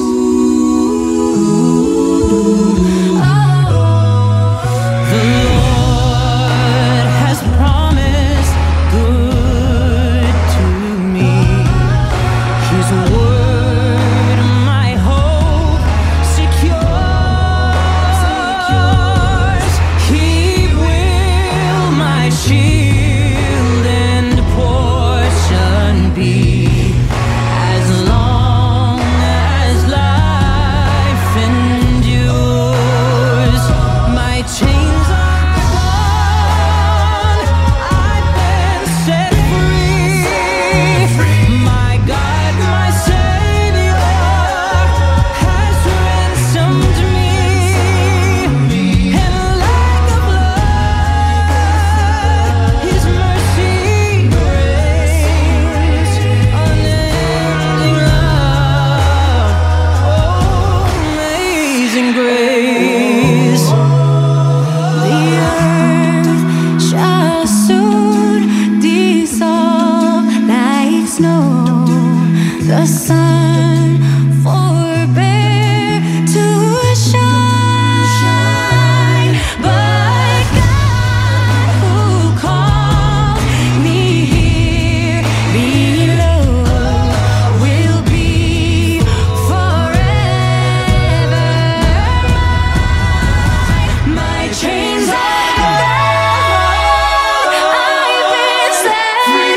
Speaker 2: The Lord has promised good to me. His word, my hope secures. He will my shield and portion be. As long as life endures, my chains are gone, I've been set free. My God, my Savior has ransomed me. And like a flood, His mercy reigns. Unending love, oh, amazing grace. The earth shall soon dissolve like snow. The sun forbear to shine, but God who called me here below will be forever mine. My chains are gone, I've been set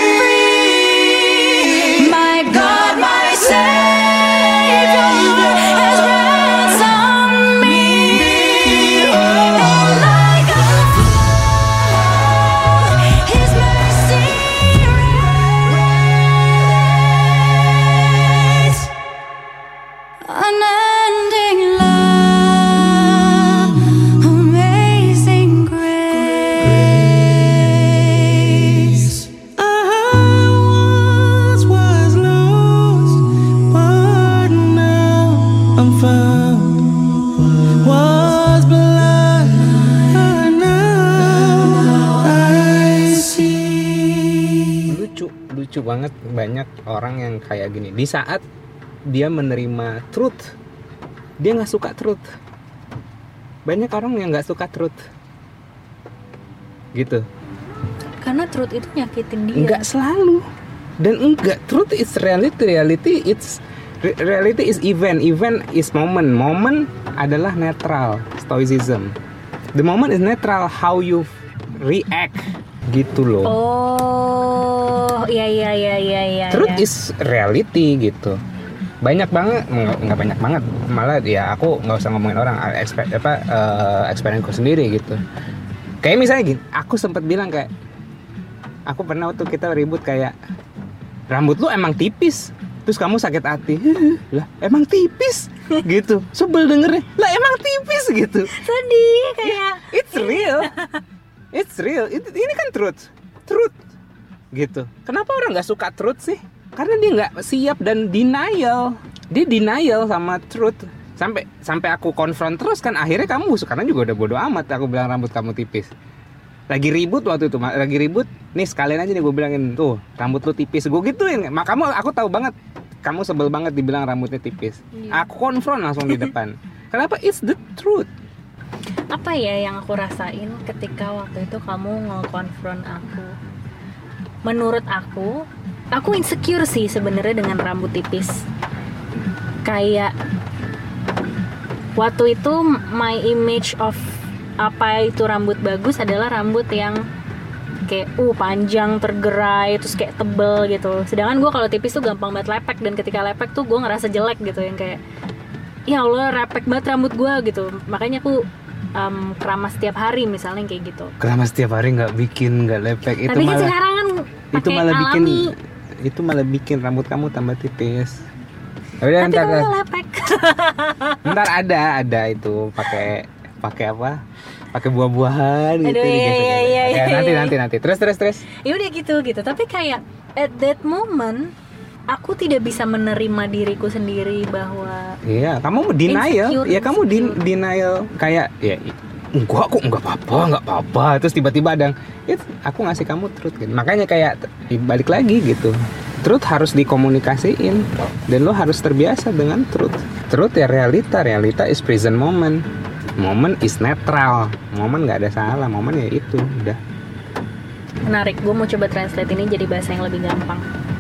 Speaker 2: free. My God, my Savior has ransomed me. And like a flood, His mercy reigns. Unending love, amazing grace.
Speaker 4: I once was lost, but now I'm found. Was blind, but now I see.
Speaker 8: lucu lucu banget, banyak orang yang kayak gini. Di saat dia menerima truth, dia nggak suka truth. Banyak orang yang nggak suka truth gitu.
Speaker 9: Karena truth itu nyakitin dia.
Speaker 8: Nggak selalu, dan enggak, truth is reality. Reality it's re- reality is event. Event is moment. Moment adalah netral. Stoicism. The moment is netral. How you react gitu loh.
Speaker 9: Oh, iya iya iya iya iya.
Speaker 8: Truth
Speaker 9: iya.
Speaker 8: is reality gitu. Banyak banget, nggak nggak banyak banget, malah ya aku nggak usah ngomongin orang, expe- apa uh, experience sendiri gitu. Kayak misalnya gini, aku sempat bilang kayak, aku pernah waktu kita ribut kayak, rambut lu emang tipis, Terus kamu sakit hati, lah emang tipis gitu, sebel dengernya, lah emang tipis gitu.
Speaker 9: Sedih kayak.
Speaker 8: It's real, it's real. It, ini kan truth, truth gitu. Kenapa orang nggak suka truth sih? Karena dia nggak siap dan denial, dia denial sama truth. Sampai sampai aku konfront terus kan, akhirnya kamu sekarang juga udah bodo amat. Aku bilang rambut kamu tipis. Lagi ribut waktu itu, lagi ribut. Nih sekalian aja nih gue bilangin tuh rambut lu tipis. Gue gituin. Mak kamu aku tahu banget. Kamu sebel banget dibilang rambutnya tipis.
Speaker 9: Iya.
Speaker 8: Aku konfront langsung di depan. Kenapa? It's the truth.
Speaker 9: Apa ya yang aku rasain ketika waktu itu kamu nge-confront aku? Menurut aku, aku insecure sih sebenarnya dengan rambut tipis. Kayak waktu itu my image of apa itu rambut bagus adalah rambut yang kayak uh panjang, tergerai, terus kayak tebel gitu. Sedangkan gue kalau tipis tuh gampang banget lepek, dan ketika lepek tuh gue ngerasa jelek gitu, yang kayak ya Allah repek banget rambut gue gitu. Makanya aku um, keramas setiap hari misalnya kayak gitu.
Speaker 8: Keramas setiap hari nggak bikin nggak lepek. Itu
Speaker 9: Tapi kan
Speaker 8: malah,
Speaker 9: sekarang kan
Speaker 8: itu malah
Speaker 9: alami.
Speaker 8: bikin itu malah bikin rambut kamu tambah tipis. Udah,
Speaker 9: Tapi
Speaker 8: ntar,
Speaker 9: kamu lepek.
Speaker 8: ntar ada ada itu pakai pakai apa? Pakai buah-buahan gitu.
Speaker 9: Aduh, iya,
Speaker 8: gitu,
Speaker 9: iya,
Speaker 8: gitu.
Speaker 9: iya,
Speaker 8: Ya,
Speaker 9: iya.
Speaker 8: nanti nanti nanti. Terus terus terus.
Speaker 9: Ya udah gitu gitu. Tapi kayak at that moment aku tidak bisa menerima diriku sendiri bahwa
Speaker 8: Iya, kamu denial.
Speaker 9: Insecure,
Speaker 8: Ya kamu din-
Speaker 9: insecure.
Speaker 8: denial kayak ya enggak aku enggak apa-apa, enggak apa-apa. Terus tiba-tiba ada it, aku ngasih kamu truth gitu. Makanya kayak balik lagi gitu. Truth harus dikomunikasiin dan lo harus terbiasa dengan truth. Truth ya realita, realita is present moment. Moment is netral. Moment nggak ada salah, moment ya itu udah.
Speaker 9: menarik. Gue mau coba translate ini jadi bahasa yang lebih gampang.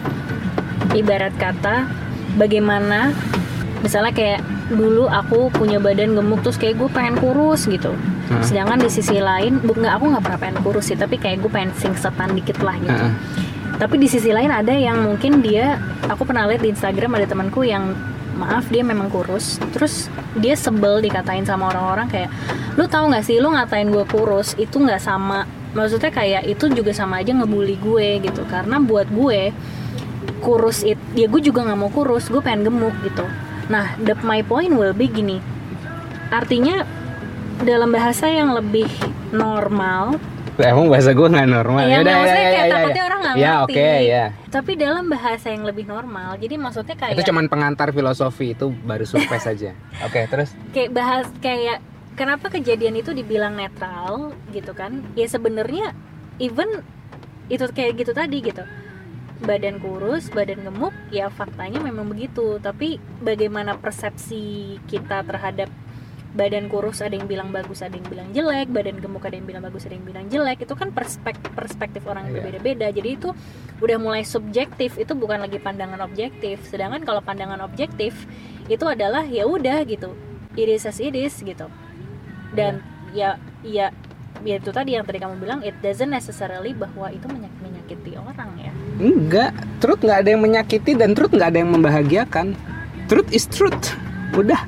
Speaker 9: Ibarat kata, bagaimana misalnya kayak dulu aku punya badan gemuk terus kayak gue pengen kurus gitu.
Speaker 8: Hmm.
Speaker 9: Sedangkan di sisi lain, bu, nggak aku nggak pernah pengen kurus sih, tapi kayak gue pengen singsetan dikit lah gitu.
Speaker 8: Uh-uh.
Speaker 9: Tapi di sisi lain ada yang mungkin dia, aku pernah lihat di Instagram ada temanku yang maaf dia memang kurus, terus dia sebel dikatain sama orang-orang kayak, lu tahu nggak sih, lu ngatain gue kurus itu nggak sama, maksudnya kayak itu juga sama aja ngebully gue gitu, karena buat gue kurus it, ya gue juga nggak mau kurus, gue pengen gemuk gitu. Nah, the my point will be gini, artinya dalam bahasa yang lebih normal.
Speaker 8: Emang bahasa gue nggak normal.
Speaker 9: Ya,
Speaker 8: Yaudah,
Speaker 9: maksudnya
Speaker 8: ya,
Speaker 9: kayak
Speaker 8: ya, ya,
Speaker 9: takutnya
Speaker 8: ya.
Speaker 9: orang nggak
Speaker 8: Ya,
Speaker 9: ngerti.
Speaker 8: oke, ya.
Speaker 9: Tapi dalam bahasa yang lebih normal, jadi maksudnya kayak
Speaker 8: Itu cuman pengantar filosofi, itu baru surprise aja. Oke, terus?
Speaker 9: kayak bahas kayak kenapa kejadian itu dibilang netral gitu kan? Ya sebenarnya even itu kayak gitu tadi gitu. Badan kurus, badan gemuk, ya faktanya memang begitu. Tapi bagaimana persepsi kita terhadap badan kurus, ada yang bilang bagus, ada yang bilang jelek, badan gemuk ada yang bilang bagus, ada yang bilang jelek, itu kan perspektif perspektif orang yang
Speaker 8: Iya.
Speaker 9: berbeda-beda. Jadi itu udah mulai subjektif, itu bukan lagi pandangan objektif. Sedangkan kalau pandangan objektif itu adalah ya udah gitu, it is as it is gitu. Dan ya ya ya itu tadi yang tadi kamu bilang, it doesn't necessarily bahwa itu menyak- menyakiti orang ya.
Speaker 8: Enggak, truth nggak ada yang menyakiti dan truth nggak ada yang membahagiakan. Truth is truth. Udah.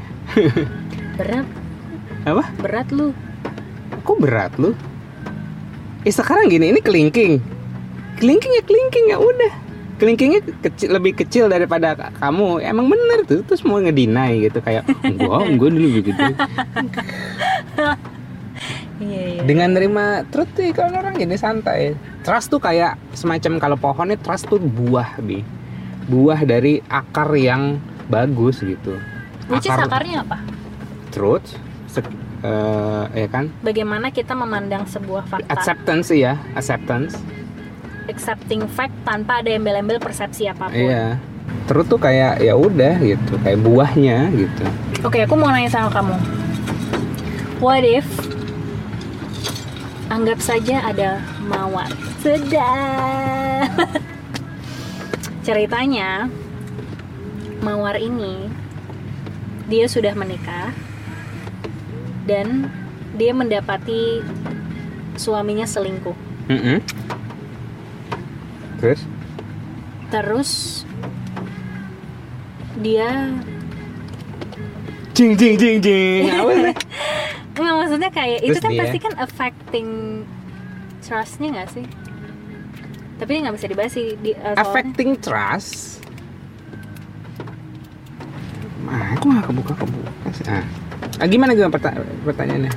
Speaker 9: Berat,
Speaker 8: Apa?
Speaker 9: berat lu.
Speaker 8: Kok berat lu? Eh sekarang gini, ini kelingking. Kelingking ya kelingking ya udah. Kelingkingnya kecil, lebih kecil daripada k- kamu. Emang bener tuh, terus mau ngedinai gitu kayak enggak, enggak dulu begitu.
Speaker 9: Iya iya.
Speaker 8: Dengan nerima truth tuh kalau orang jadi santai. Trust tuh kayak semacam kalau pohonnya trust tuh buah, Bi. Buah dari akar yang bagus gitu.
Speaker 9: Which is akarnya apa?
Speaker 8: Truth, sek- eh, ya kan?
Speaker 9: Bagaimana kita memandang sebuah fakta,
Speaker 8: Acceptance ya, acceptance.
Speaker 9: accepting fact tanpa ada embel-embel persepsi apapun.
Speaker 8: Iya. Truth tuh kayak ya udah gitu, kayak buahnya gitu.
Speaker 9: Oke, aku mau nanya sama kamu. What if anggap saja ada mawar? Sedap. Ceritanya mawar ini dia sudah menikah dan dia mendapati suaminya selingkuh.
Speaker 8: Mm-mm. Terus?
Speaker 9: Terus dia
Speaker 8: Jing jing jing jing. Apa sih?
Speaker 9: nggak, maksudnya kayak itu
Speaker 8: Terus
Speaker 9: kan
Speaker 8: dia-
Speaker 9: pasti kan affecting trustnya nggak sih? Tapi nggak bisa dibahas sih di, uh, soalnya-
Speaker 8: Affecting trust. Ah, aku nggak kebuka kebuka. Ah, ah gimana gimana perta- pertanyaannya?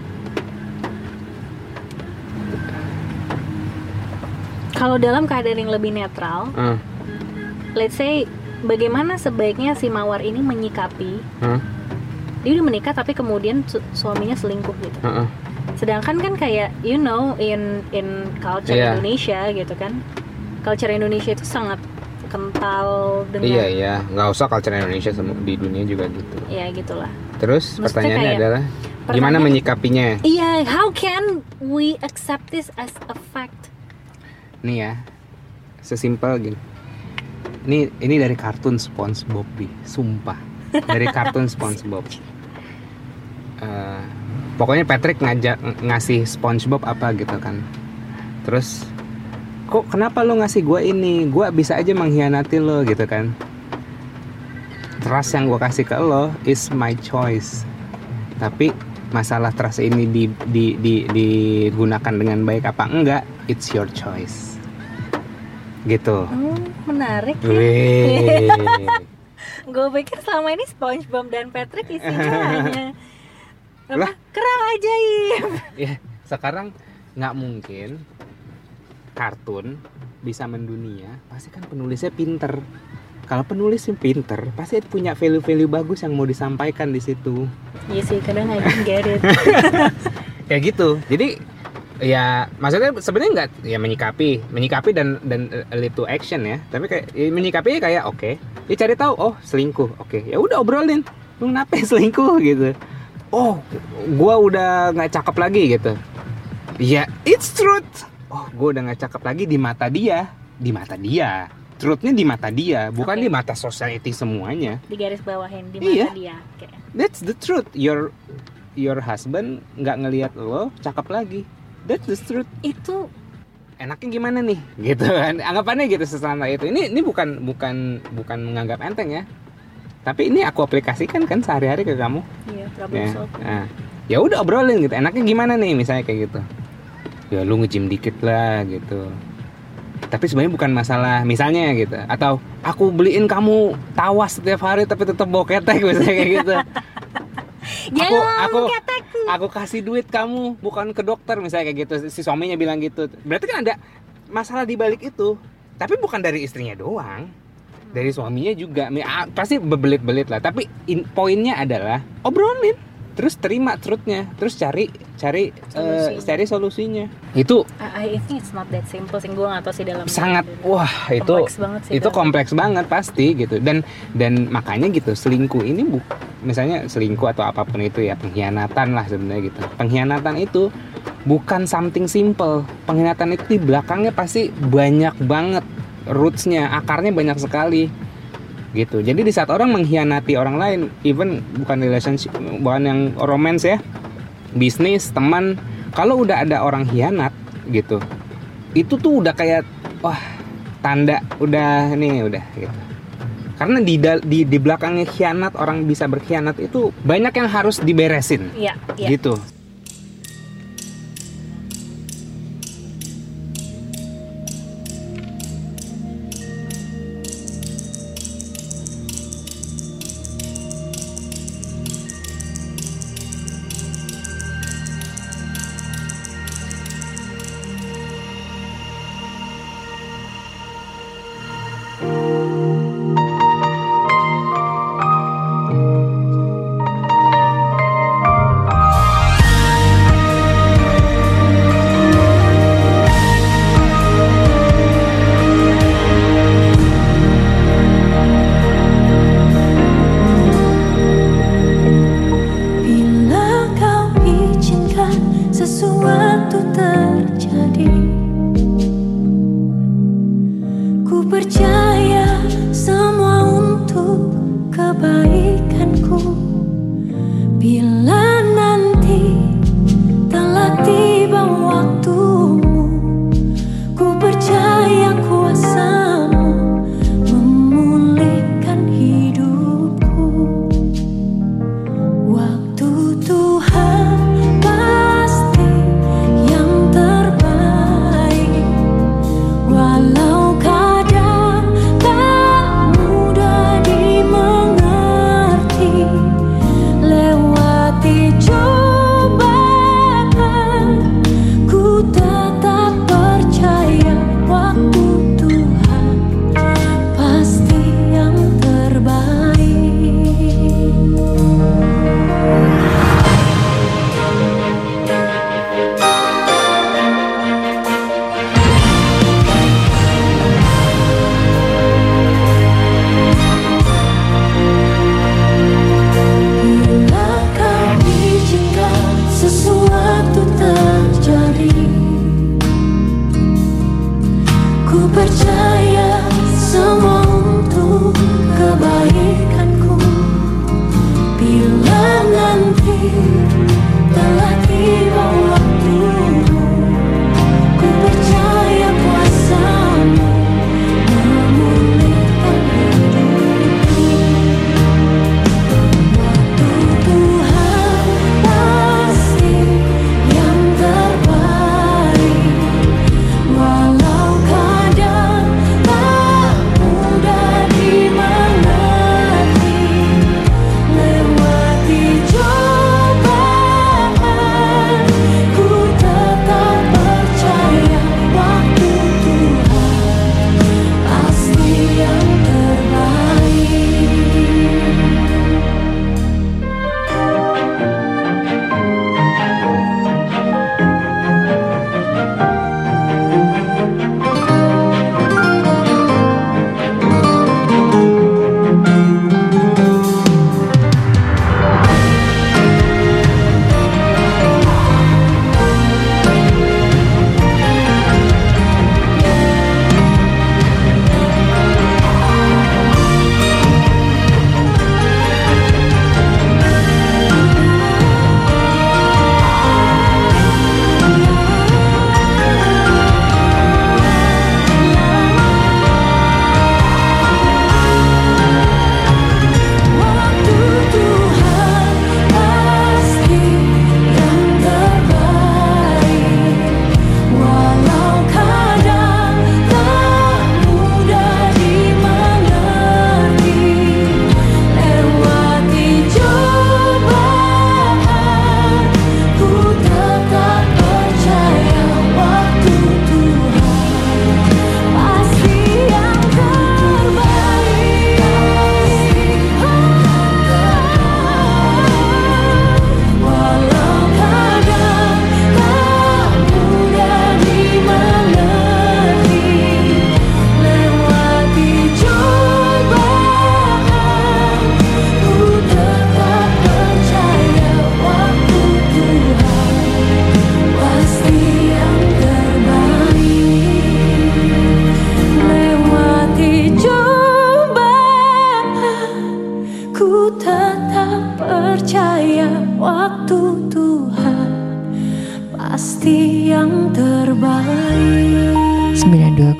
Speaker 9: Kalau dalam keadaan yang lebih netral,
Speaker 8: Ah,
Speaker 9: let's say bagaimana sebaiknya si Mawar ini menyikapi
Speaker 8: ah,
Speaker 9: dia udah menikah tapi kemudian su- suaminya selingkuh gitu.
Speaker 8: ah, ah.
Speaker 9: Sedangkan kan kayak you know in in culture
Speaker 8: Iya.
Speaker 9: Indonesia gitu kan, culture Indonesia itu sangat kental dengan
Speaker 8: Iya iya, nggak usah culture Indonesia semua di dunia juga gitu.
Speaker 9: ya gitulah.
Speaker 8: Terus
Speaker 9: Maksudnya
Speaker 8: pertanyaannya
Speaker 9: kayak-
Speaker 8: adalah gimana
Speaker 9: pertanyaan-
Speaker 8: menyikapinya?
Speaker 9: Iya, how can we accept this as a fact?
Speaker 8: Nih ya, sesimpel gini. Ini ini dari kartun SpongeBob, Bi. Sumpah. Dari kartun SpongeBob. Eh, pokoknya Patrick ngajak ng- ngasih SpongeBob apa gitu kan. Terus kok kenapa lo ngasih gua ini? Gua bisa aja mengkhianati lo gitu kan. Trust yang gua kasih ke lo is my choice. Tapi masalah trust ini di, di, di, digunakan dengan baik apa enggak, it's your choice. Gitu.
Speaker 9: Hmm, menarik ya.
Speaker 8: Wih.
Speaker 9: Gue pikir selama ini SpongeBob dan Patrick isinya hanya
Speaker 8: Lah?
Speaker 9: apa? Kerang ajaib.
Speaker 8: Ya, sekarang nggak mungkin kartun bisa mendunia, pasti kan penulisnya pinter. Kalau penulisnya pinter, pasti punya value-value bagus yang mau disampaikan di situ.
Speaker 9: Iya sih, kadang I don't get it.
Speaker 8: Kayak gitu. Jadi ya maksudnya sebenarnya nggak ya menyikapi, menyikapi dan dan uh, lead to action ya. Tapi kayak ya, menyikapi kayak oke, okay. Ya cari tahu, oh selingkuh, oke, okay. Ya udah obrolin, lu kenapa selingkuh gitu. Oh, gua udah nggak cakep lagi gitu. Ya, it's truth. Oh, gua udah nggak cakep lagi di mata dia, di mata dia. Truthnya di mata dia, bukan
Speaker 9: Oke.
Speaker 8: di mata society semuanya.
Speaker 9: Di garis bawahin di mata
Speaker 8: Iya.
Speaker 9: dia. Oke.
Speaker 8: That's the truth. Your your husband nggak ngelihat lo cakep lagi. That's the truth.
Speaker 9: Itu
Speaker 8: Enaknya gimana nih? Gitu kan. Anggapannya gitu sesantai itu. Ini ini bukan bukan bukan menganggap enteng ya. Tapi ini aku aplikasikan kan sehari-hari ke kamu.
Speaker 9: iya problem
Speaker 8: Ya.
Speaker 9: solved.
Speaker 8: Nah, ya udah obrolin gitu. Enaknya gimana nih misalnya kayak gitu. Ya lu nge-gym dikit lah gitu. Tapi sebenarnya bukan masalah misalnya gitu. Atau aku beliin kamu tawas setiap hari tapi tetap bawa ketek misalnya kayak gitu.
Speaker 9: Jangan
Speaker 8: aku
Speaker 9: ngomong ketek.
Speaker 8: aku kasih duit kamu bukan ke dokter misalnya kayak gitu. Si suaminya bilang gitu. Berarti kan ada masalah di balik itu. Tapi bukan dari istrinya doang. Dari suaminya juga. Ah, pasti bebelit-belit lah. Tapi in, poinnya adalah obrolin. Terus terima truthnya. Terus cari cari eh,
Speaker 9: Solusinya.
Speaker 8: cari solusinya. Itu
Speaker 9: I, I think it's not that simple sih, gue nggak tahu sih dalam
Speaker 8: sangat wah itu
Speaker 9: kompleks banget sih
Speaker 8: itu
Speaker 9: dalam-
Speaker 8: kompleks banget pasti gitu. Dan dan makanya gitu selingkuh ini bu misalnya selingkuh atau apapun itu ya pengkhianatan lah sebenarnya gitu. Pengkhianatan itu bukan something simple. Pengkhianatan itu di belakangnya pasti banyak banget rootsnya, akarnya banyak sekali gitu. Jadi di saat orang mengkhianati orang lain, even bukan relationship, bukan yang romance ya, bisnis, teman, kalau udah ada orang khianat gitu, itu tuh udah kayak wah tanda udah nih udah gitu. Karena di di di belakangnya khianat, orang bisa berkhianat itu banyak yang harus diberesin.
Speaker 9: Iya, iya.
Speaker 8: Gitu.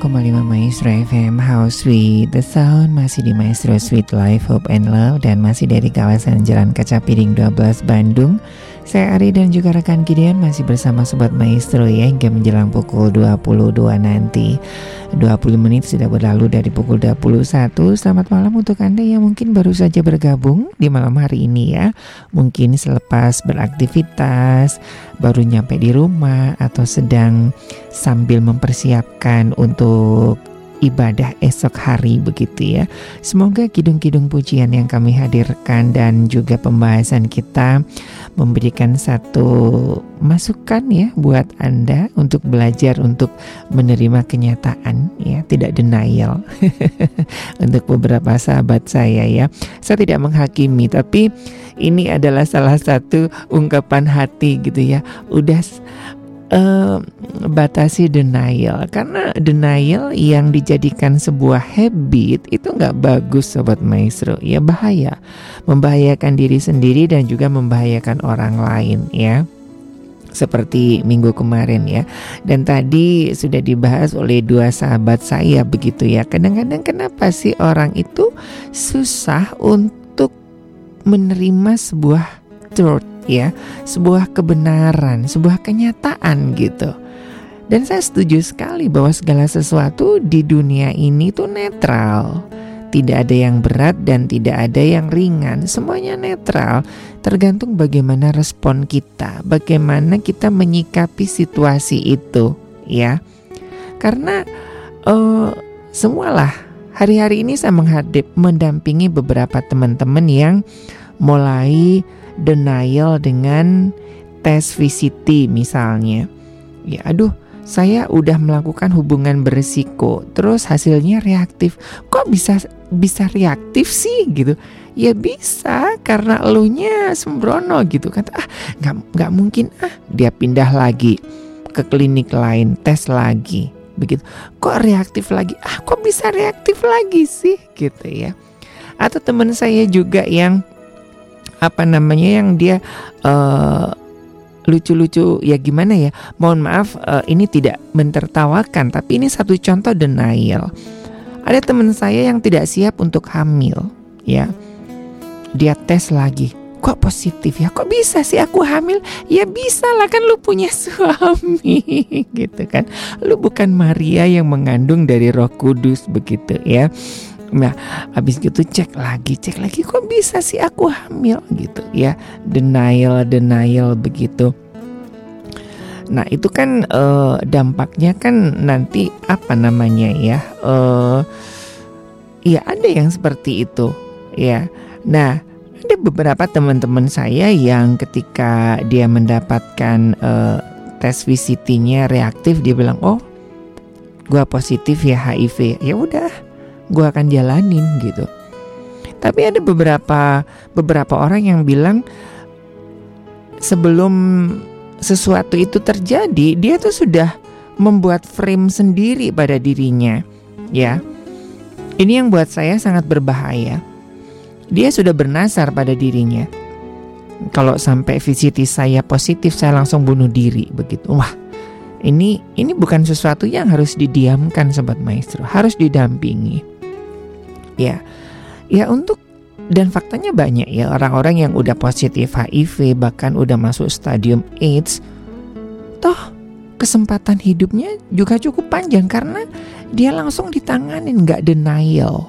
Speaker 1: koma lima Maestro F M, How Sweet the Sound. Masih di Maestro Sweet Life, Hope and Love. Dan masih dari kawasan Jalan Kaca Piring dua belas Bandung. Saya Ari dan juga rekan Gideon masih bersama Sobat Maestro ya, hingga menjelang pukul dua puluh dua nanti. Dua puluh menit sudah berlalu dari pukul dua puluh satu. Selamat malam untuk Anda yang mungkin baru saja bergabung di malam hari ini ya. Mungkin selepas beraktivitas, baru nyampe di rumah, atau sedang sambil mempersiapkan untuk ibadah esok hari begitu ya. Semoga kidung-kidung pujian yang kami hadirkan dan juga pembahasan kita memberikan satu masukan ya buat Anda untuk belajar untuk menerima kenyataan ya, tidak denial. Untuk beberapa sahabat saya ya, saya tidak menghakimi, tapi ini adalah salah satu ungkapan hati gitu ya. Udah Uh, batasi denial, karena denial yang dijadikan sebuah habit itu nggak bagus Sobat Maestro ya, bahaya, membahayakan diri sendiri dan juga membahayakan orang lain ya, seperti minggu kemarin ya. Dan tadi sudah dibahas oleh dua sahabat saya begitu ya. Kadang-kadang kenapa sih orang itu susah untuk menerima sebuah truth ya, sebuah kebenaran, sebuah kenyataan gitu. Dan saya setuju sekali bahwa segala sesuatu di dunia ini tuh netral. Tidak ada yang berat dan tidak ada yang ringan, semuanya netral. Tergantung bagaimana respon kita, bagaimana kita menyikapi situasi itu ya. Karena uh, semualah, hari-hari ini saya menghadap mendampingi beberapa teman-teman yang mulai denial dengan tes V C T misalnya. Ya aduh, saya udah melakukan hubungan berisiko, terus hasilnya reaktif. Kok bisa bisa reaktif sih gitu? Ya bisa karena elunya sembrono gitu kan. Ah nggak nggak mungkin ah. Dia pindah lagi ke klinik lain, tes lagi begitu. Kok reaktif lagi? Ah kok bisa reaktif lagi sih gitu ya. Atau teman saya juga yang apa namanya yang dia uh, lucu-lucu ya, gimana ya, mohon maaf uh, ini tidak mentertawakan, tapi ini satu contoh denial. Ada teman saya yang tidak siap untuk hamil ya, dia tes lagi, kok positif ya, kok bisa sih aku hamil? Ya bisa lah, kan lu punya suami gitu kan, lu bukan Maria yang mengandung dari Roh Kudus begitu ya. Nah, habis gitu cek lagi, cek lagi, kok bisa sih aku hamil gitu ya. Denial, denial begitu. Nah, itu kan uh, dampaknya kan nanti apa namanya ya? Uh, ya ada yang seperti itu ya. Nah, ada beberapa teman-teman saya yang ketika dia mendapatkan uh, tes V C T-nya reaktif, dia bilang, "Oh, gua positif ya H I V." Ya udah, gue akan jalanin gitu. Tapi ada beberapa beberapa orang yang bilang sebelum sesuatu itu terjadi, dia tuh sudah membuat frame sendiri pada dirinya ya. Ini yang buat saya sangat berbahaya. Dia sudah bernasar pada dirinya, kalau sampai V C T saya positif saya langsung bunuh diri begitu. Wah, ini ini bukan sesuatu yang harus didiamkan Sobat Maestro, harus didampingi. Ya, ya untuk, dan faktanya banyak ya orang-orang yang udah positif H I V, bahkan udah masuk stadium AIDS, toh kesempatan hidupnya juga cukup panjang karena dia langsung ditanganin, nggak denial.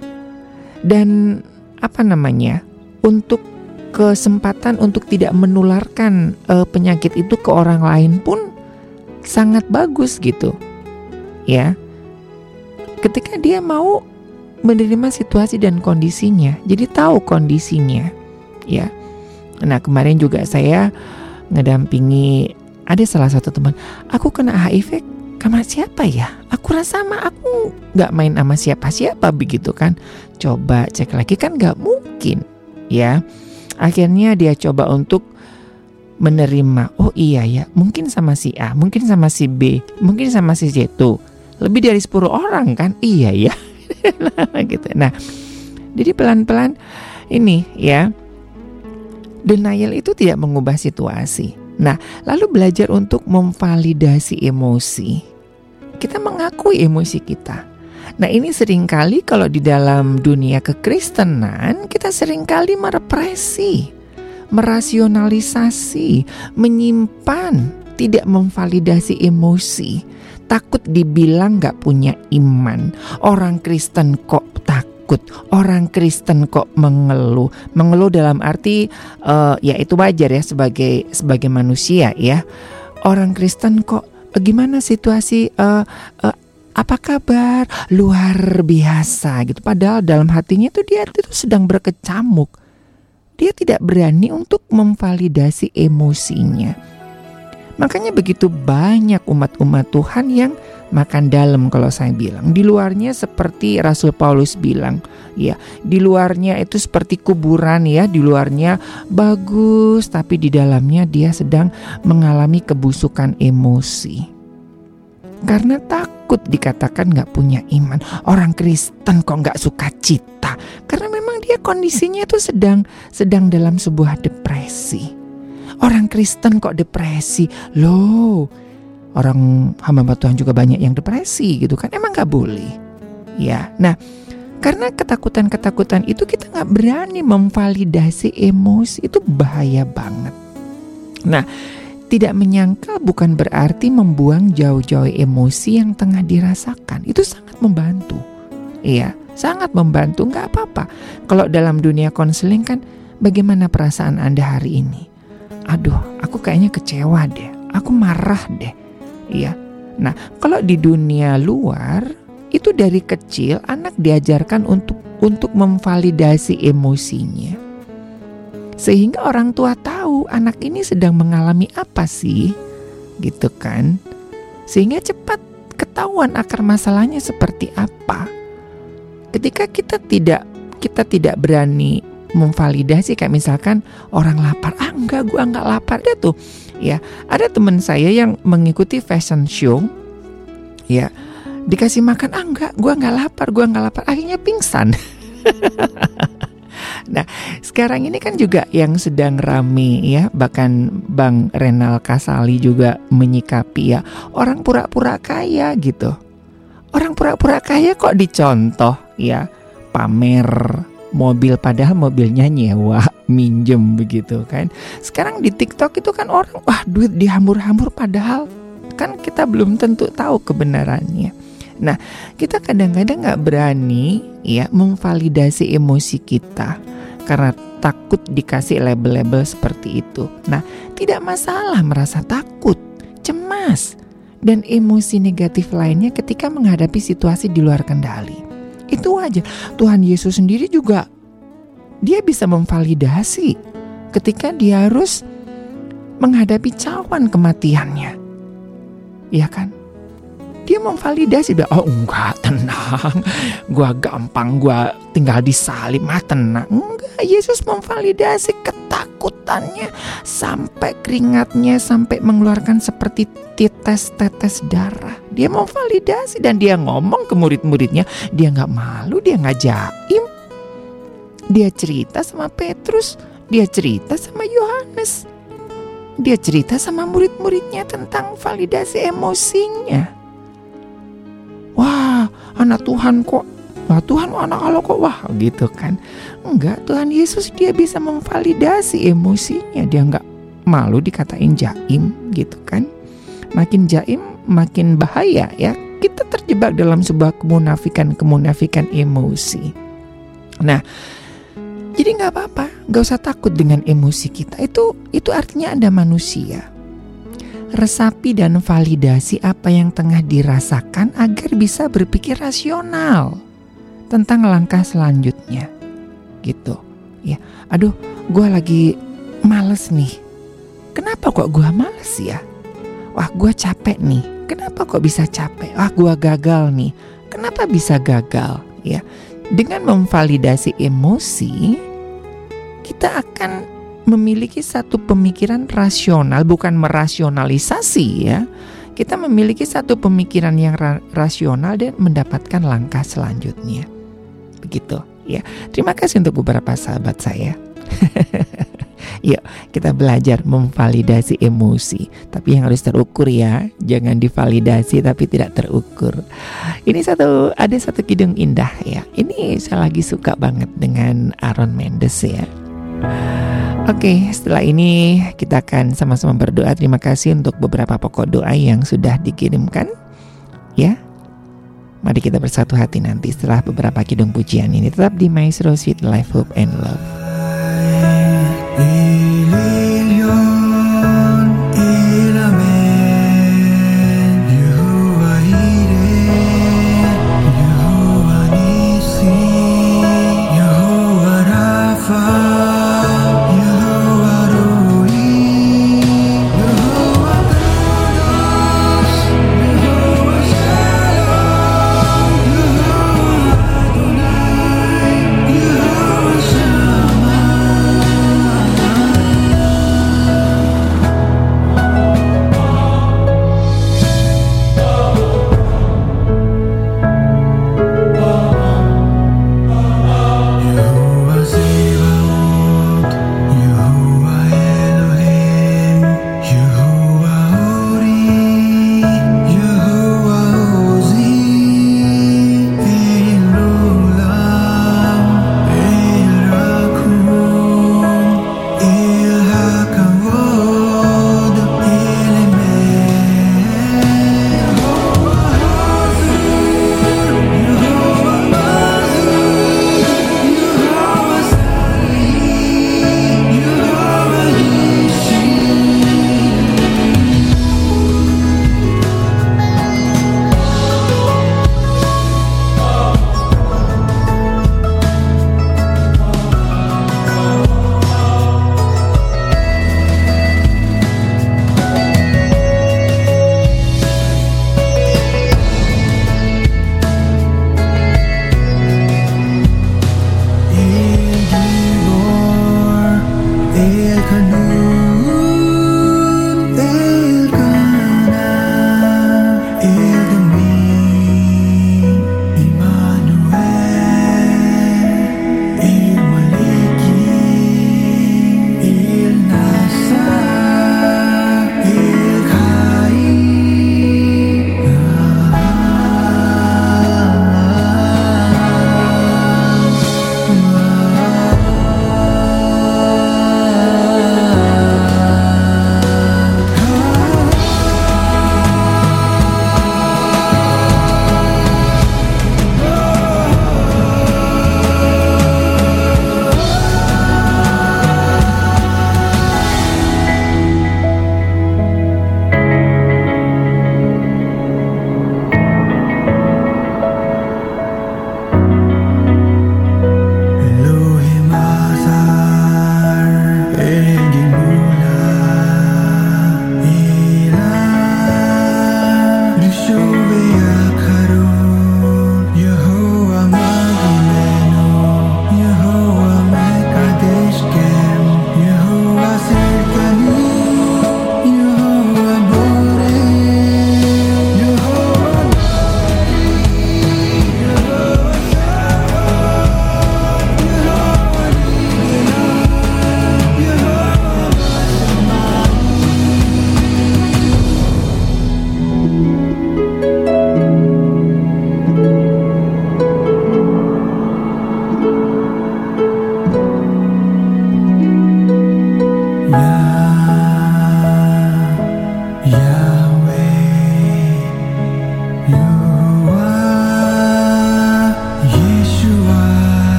Speaker 1: Dan apa namanya, untuk kesempatan untuk tidak menularkan uh, penyakit itu ke orang lain pun sangat bagus gitu ya. Ketika dia mau menerima situasi dan kondisinya, jadi tahu kondisinya ya. Nah, kemarin juga saya ngedampingi ada salah satu teman, aku kena H I V sama siapa ya? Aku rasa sama aku nggak main sama siapa-siapa begitu kan. Coba cek lagi, kan nggak mungkin ya. Akhirnya dia coba untuk menerima, oh iya ya, mungkin sama si A, mungkin sama si B, mungkin sama si Z. Tuh, lebih dari sepuluh orang kan? Iya ya. Gitu. Nah, jadi pelan-pelan ini ya, denial itu tidak mengubah situasi. Nah, lalu belajar untuk memvalidasi emosi. Kita mengaku mengetahui emosi kita. Nah ini seringkali kalau di dalam dunia kekristenan kita seringkali merepresi, merasionalisasi, menyimpan, tidak memvalidasi emosi. Takut dibilang gak punya iman. Orang Kristen kok takut, orang Kristen kok mengeluh. Mengeluh dalam arti uh, ya itu wajar ya sebagai sebagai manusia ya. Orang Kristen kok uh, gimana situasi uh, uh, apa kabar? Luar biasa gitu. Padahal dalam hatinya tuh dia itu sedang berkecamuk. Dia tidak berani untuk memvalidasi emosinya. Makanya begitu banyak umat-umat Tuhan yang makan dalam kalau saya bilang. Di luarnya seperti Rasul Paulus bilang, ya, di luarnya itu seperti kuburan ya, di luarnya bagus tapi di dalamnya dia sedang mengalami kebusukan emosi. Karena takut dikatakan gak punya iman. Orang Kristen kok gak suka cita. Karena memang dia kondisinya itu sedang sedang dalam sebuah depresi. Orang Kristen kok depresi? Loh, orang hamba Tuhan juga banyak yang depresi gitu kan. Emang gak boleh? Ya, nah karena ketakutan-ketakutan itu kita gak berani memvalidasi emosi. Itu bahaya banget. Nah, tidak menyangkal bukan berarti membuang jauh-jauh emosi yang tengah dirasakan. Itu sangat membantu. Iya, sangat membantu, gak apa-apa. Kalau dalam dunia konseling kan, bagaimana perasaan Anda hari ini? Aduh, aku kayaknya kecewa deh. Aku marah deh. Iya. Nah, kalau di dunia luar itu dari kecil anak diajarkan untuk untuk memvalidasi emosinya. Sehingga orang tua tahu anak ini sedang mengalami apa sih? Gitu kan? Sehingga cepat ketahuan akar masalahnya seperti apa. Ketika kita tidak kita tidak berani memvalidasi, kayak misalkan orang lapar, ah enggak, gua enggak lapar. Ada tuh ya, ada teman saya yang mengikuti fashion show ya, dikasih makan, ah enggak, gua enggak lapar, gua enggak lapar, akhirnya pingsan. Nah sekarang ini kan juga yang sedang rame ya, bahkan Bang Renal Kasali juga menyikapi ya, orang pura-pura kaya gitu. Orang pura-pura kaya kok dicontoh ya, pamer mobil padahal mobilnya nyewa, minjem begitu kan. Sekarang di TikTok itu kan orang, wah duit dihambur-hambur padahal kan kita belum tentu tahu kebenarannya. Nah, kita kadang-kadang gak berani ya memvalidasi emosi kita karena takut dikasih label-label seperti itu. Nah, tidak masalah merasa takut, cemas, dan emosi negatif lainnya ketika menghadapi situasi di luar kendali. Itu wajar. Tuhan Yesus sendiri juga dia bisa memvalidasi ketika dia harus menghadapi cawan kematiannya. Ya kan? Dia memvalidasi, oh enggak, tenang, gua gampang, gua tinggal disalib, mah tenang. Enggak, Yesus memvalidasi ketakutannya sampai keringatnya sampai mengeluarkan seperti tetes-tetes darah. Dia memvalidasi dan dia ngomong ke murid-muridnya, dia gak malu, dia gak jaim. Dia cerita sama Petrus, dia cerita sama Yohanes, dia cerita sama murid-muridnya tentang validasi emosinya. Wah, anak Tuhan kok, wah Tuhan anak Allah kok, wah gitu kan. Enggak, Tuhan Yesus dia bisa memvalidasi emosinya. Dia enggak malu dikatain jaim gitu kan. Makin jaim makin bahaya ya. Kita terjebak dalam sebuah kemunafikan-kemunafikan emosi. Nah, jadi gak apa-apa, gak usah takut dengan emosi kita. Itu itu artinya Anda manusia. Resapi dan validasi apa yang tengah dirasakan agar bisa berpikir rasional tentang langkah selanjutnya. Gitu ya. Aduh, gue lagi males nih. Kenapa kok gue males ya? Wah, gue capek nih. Kenapa kok bisa capek? Wah, gue gagal nih. Kenapa bisa gagal? Ya, dengan memvalidasi emosi, kita akan memiliki satu pemikiran rasional, bukan merasionalisasi ya. Kita memiliki satu pemikiran yang ra- rasional dan mendapatkan langkah selanjutnya. Begitu ya. Terima kasih untuk beberapa sahabat saya. Yuk kita belajar memvalidasi emosi, tapi yang harus terukur ya, jangan divalidasi tapi tidak terukur. Ini satu, ada satu kidung indah ya. Ini saya lagi suka banget dengan Aaron Mendes ya. Oke, setelah ini kita akan sama-sama berdoa. Terima kasih untuk beberapa pokok doa yang sudah dikirimkan. Ya, mari kita bersatu hati nanti setelah beberapa kidung pujian ini. Tetap di Maestro Sweet Life, Hope and Love.
Speaker 4: Show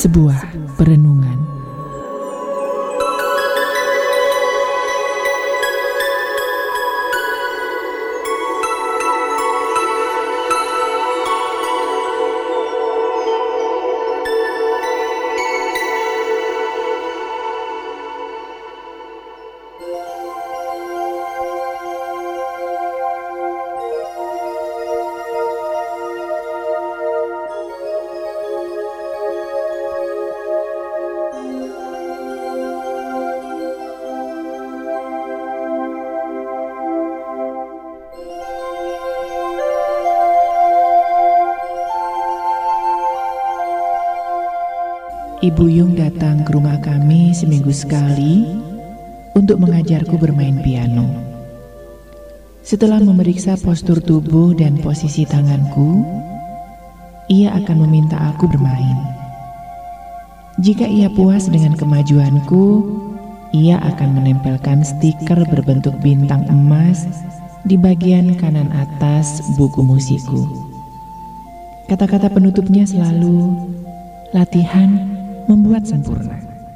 Speaker 7: Sebuah perenungan. Ibu Yung datang ke rumah kami seminggu sekali untuk mengajarku bermain piano. Setelah memeriksa postur tubuh dan posisi tanganku, ia akan meminta aku bermain. Jika ia puas dengan kemajuanku, ia akan menempelkan stiker berbentuk bintang emas di bagian kanan atas buku musikku. Kata-kata penutupnya selalu, "Latihan membuat sempurna."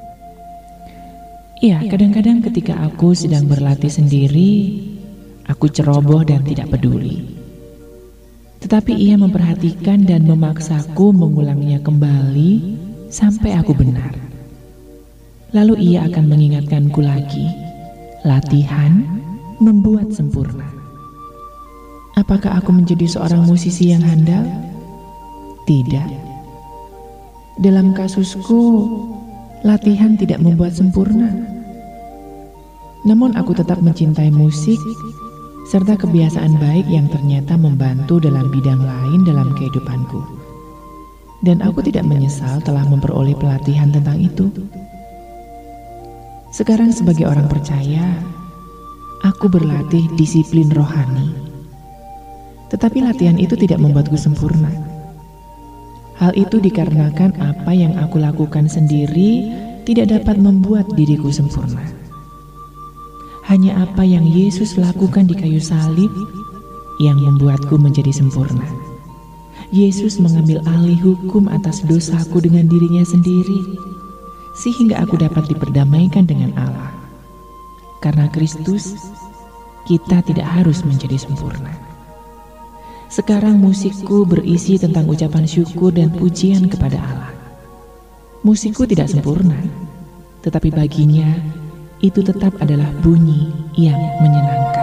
Speaker 7: Ya, kadang-kadang ketika aku sedang berlatih sendiri, aku ceroboh dan tidak peduli. Tetapi ia memperhatikan dan memaksaku mengulangnya kembali sampai aku benar. Lalu ia akan mengingatkanku lagi, latihan membuat sempurna. Apakah aku menjadi seorang musisi yang handal? Tidak. Dalam kasusku, latihan tidak membuat sempurna. Namun aku tetap mencintai musik serta kebiasaan baik yang ternyata membantu dalam bidang lain dalam kehidupanku. Dan aku tidak menyesal telah memperoleh pelatihan tentang itu. Sekarang sebagai orang percaya, aku berlatih disiplin rohani. Tetapi latihan itu tidak membuatku sempurna. Hal itu dikarenakan apa yang aku lakukan sendiri tidak dapat membuat diriku sempurna. Hanya apa yang Yesus lakukan di kayu salib yang membuatku menjadi sempurna. Yesus mengambil alih hukum atas dosaku dengan dirinya sendiri, sehingga aku dapat diperdamaikan dengan Allah. Karena Kristus, kita tidak harus menjadi sempurna. Sekarang musikku berisi tentang ucapan syukur dan pujian kepada Allah. Musikku tidak sempurna, tetapi baginya itu tetap adalah bunyi yang menyenangkan.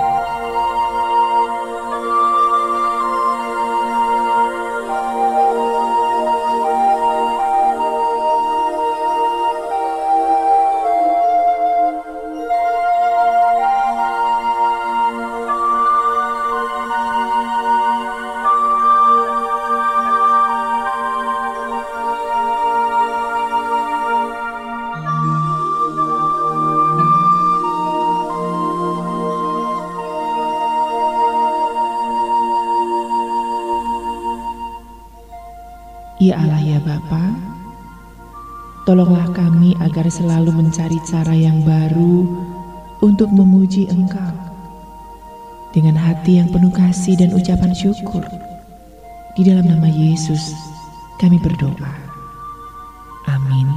Speaker 7: Ya Allah ya Bapa, tolonglah kami agar selalu mencari cara yang baru untuk memuji Engkau dengan hati yang penuh kasih dan ucapan syukur. Di dalam nama Yesus kami berdoa. Amin.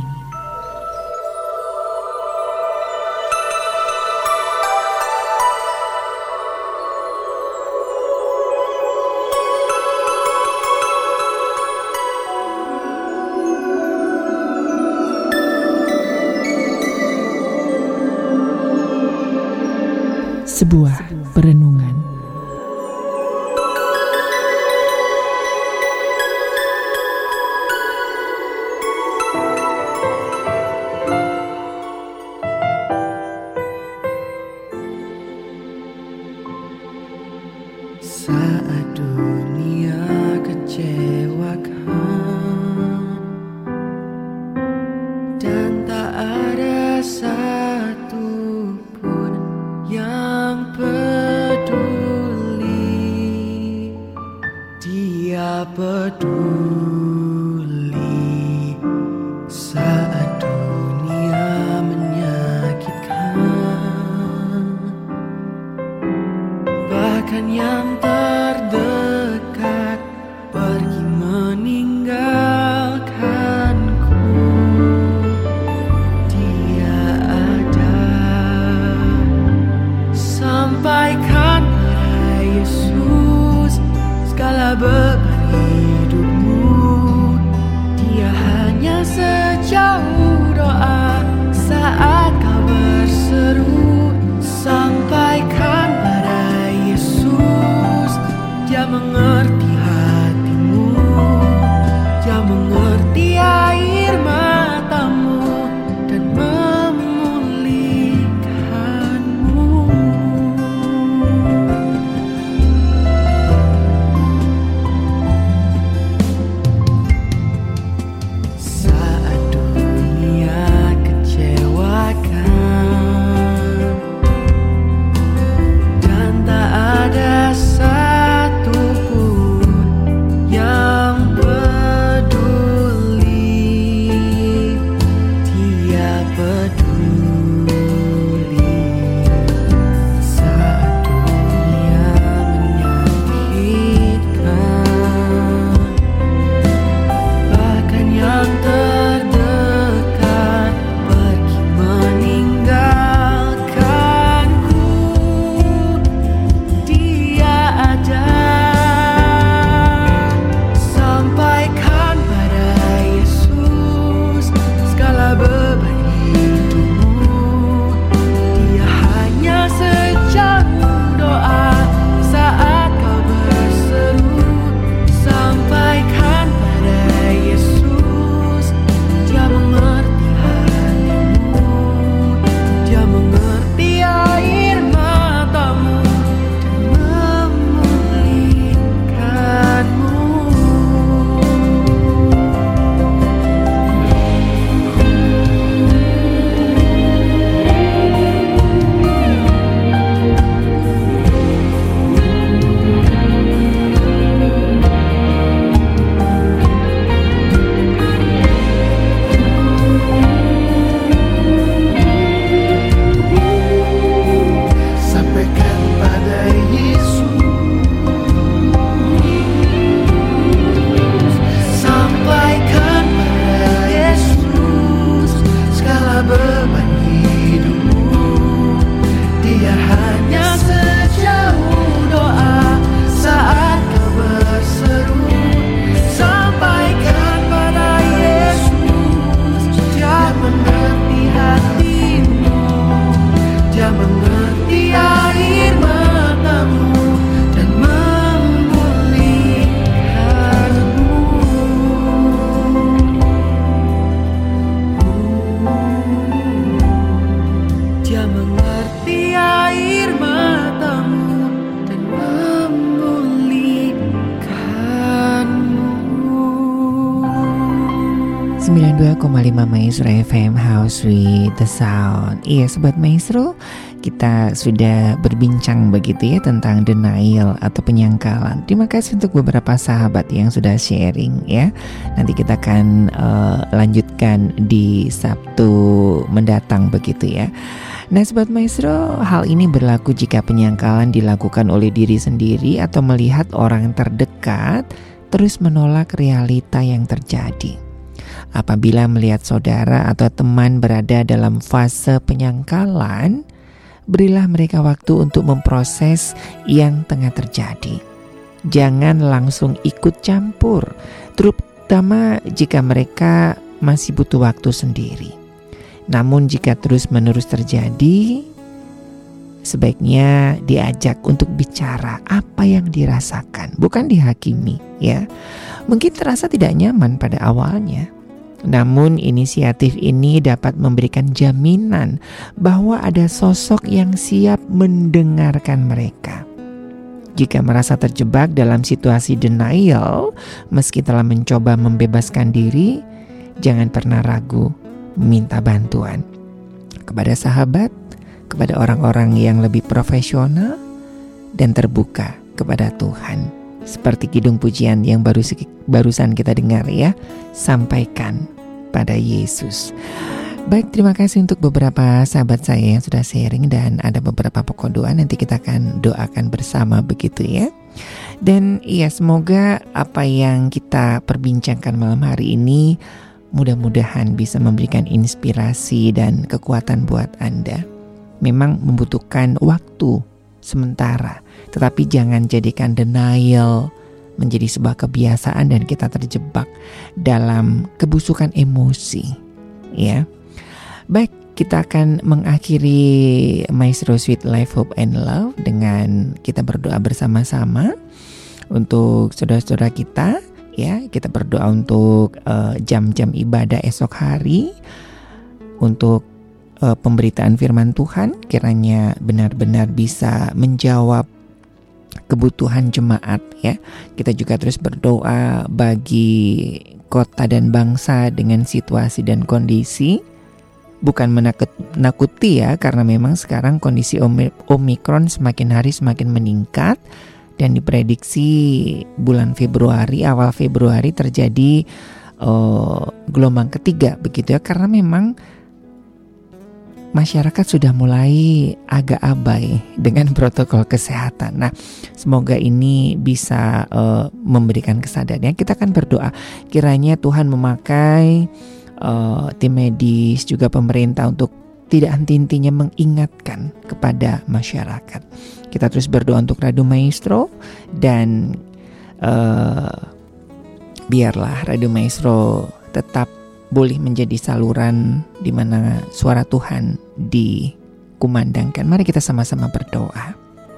Speaker 7: Sebuah perenungan.
Speaker 4: Saat dunia kecewakan dan tak ada satu pun yang peduli, Dia peduli. Saat dunia menyakitkan, bahkan yang terdekat pergi meninggalkanku,
Speaker 10: sejauh doa saat kau berseru. Sampaikan pada Yesus, Dia mengerti hatimu, Dia mengerti air matamu dan memulihkanmu. Saat dunia kecewakan dan tak ada satupun yang peduli, Dia peduli. Saat dunia menyakitkan, bahkan yang terdekat pergi meninggalkanku, Dia ada. Sampaikan pada Yesus segala beban hidupmu. Dia hanya sejauh doa saat kau berseru. Sampaikan pada Yesus, Dia mengerti hatimu, Dia mengerti air matamu dan memulihkanmu. Sampaikan pada Yesus, sampaikan pada Yesus segala beban hidupmu. Dia hanya sejauh doa saat kau berseru. Sampaikan pada Yesus, Dia mengerti hatimu, Dia mengerti air matamu dan memulihkanmu. Dia mengerti air matamu dan memulihkanmu.
Speaker 1: sembilan puluh dua koma lima Maestro F M House with the Sound. Iya Sobat Maestro, kita sudah berbincang begitu ya tentang denial atau penyangkalan. Terima kasih untuk beberapa sahabat yang sudah sharing ya. Nanti kita akan uh, lanjutkan di Sabtu mendatang begitu ya. Nah Sobat Maestro, hal ini berlaku jika penyangkalan dilakukan oleh diri sendiri atau melihat orang terdekat terus menolak realita yang terjadi. Apabila melihat saudara atau teman berada dalam fase penyangkalan, berilah mereka waktu untuk memproses yang tengah terjadi. Jangan langsung ikut campur, terutama jika mereka masih butuh waktu sendiri. Namun jika terus-menerus terjadi, sebaiknya diajak untuk bicara apa yang dirasakan, bukan dihakimi ya. Mungkin terasa tidak nyaman pada awalnya, namun inisiatif ini dapat memberikan jaminan bahwa ada sosok yang siap mendengarkan mereka. Jika merasa terjebak dalam situasi denial, meski telah mencoba membebaskan diri, jangan pernah ragu minta bantuan kepada sahabat, kepada orang-orang yang lebih profesional, dan terbuka kepada Tuhan. Seperti kidung pujian yang baru barusan kita dengar ya, sampaikan pada Yesus. Baik, terima kasih untuk beberapa sahabat saya yang sudah sharing, dan ada beberapa pokok doa nanti kita akan doakan bersama begitu ya. Dan ya, semoga apa yang kita perbincangkan malam hari ini mudah-mudahan bisa memberikan inspirasi dan kekuatan buat Anda. Memang membutuhkan waktu sementara, tetapi jangan jadikan denial menjadi sebuah kebiasaan dan kita terjebak dalam kebusukan emosi. ya. Baik, kita akan mengakhiri Maestro Sweet Life, Hope and Love dengan kita berdoa bersama-sama untuk saudara-saudara kita, ya. Kita berdoa untuk uh, jam-jam ibadah esok hari, untuk uh, pemberitaan firman Tuhan, kiranya benar-benar bisa menjawab kebutuhan jemaat, ya. Kita juga terus berdoa bagi kota dan bangsa dengan situasi dan kondisi. Bukan menakuti ya, karena memang sekarang kondisi Omikron semakin hari semakin meningkat, dan diprediksi bulan Februari, awal Februari terjadi uh, gelombang ketiga begitu ya, karena memang masyarakat sudah mulai agak abai dengan protokol kesehatan. Nah, semoga ini bisa uh, memberikan kesadaran. Kita akan berdoa kiranya Tuhan memakai uh, tim medis juga pemerintah untuk tidak henti-hentinya mengingatkan kepada masyarakat. Kita terus berdoa untuk Radio Maestro, dan uh, biarlah Radio Maestro tetap boleh menjadi saluran di mana suara Tuhan dikumandangkan. Mari kita sama-sama berdoa.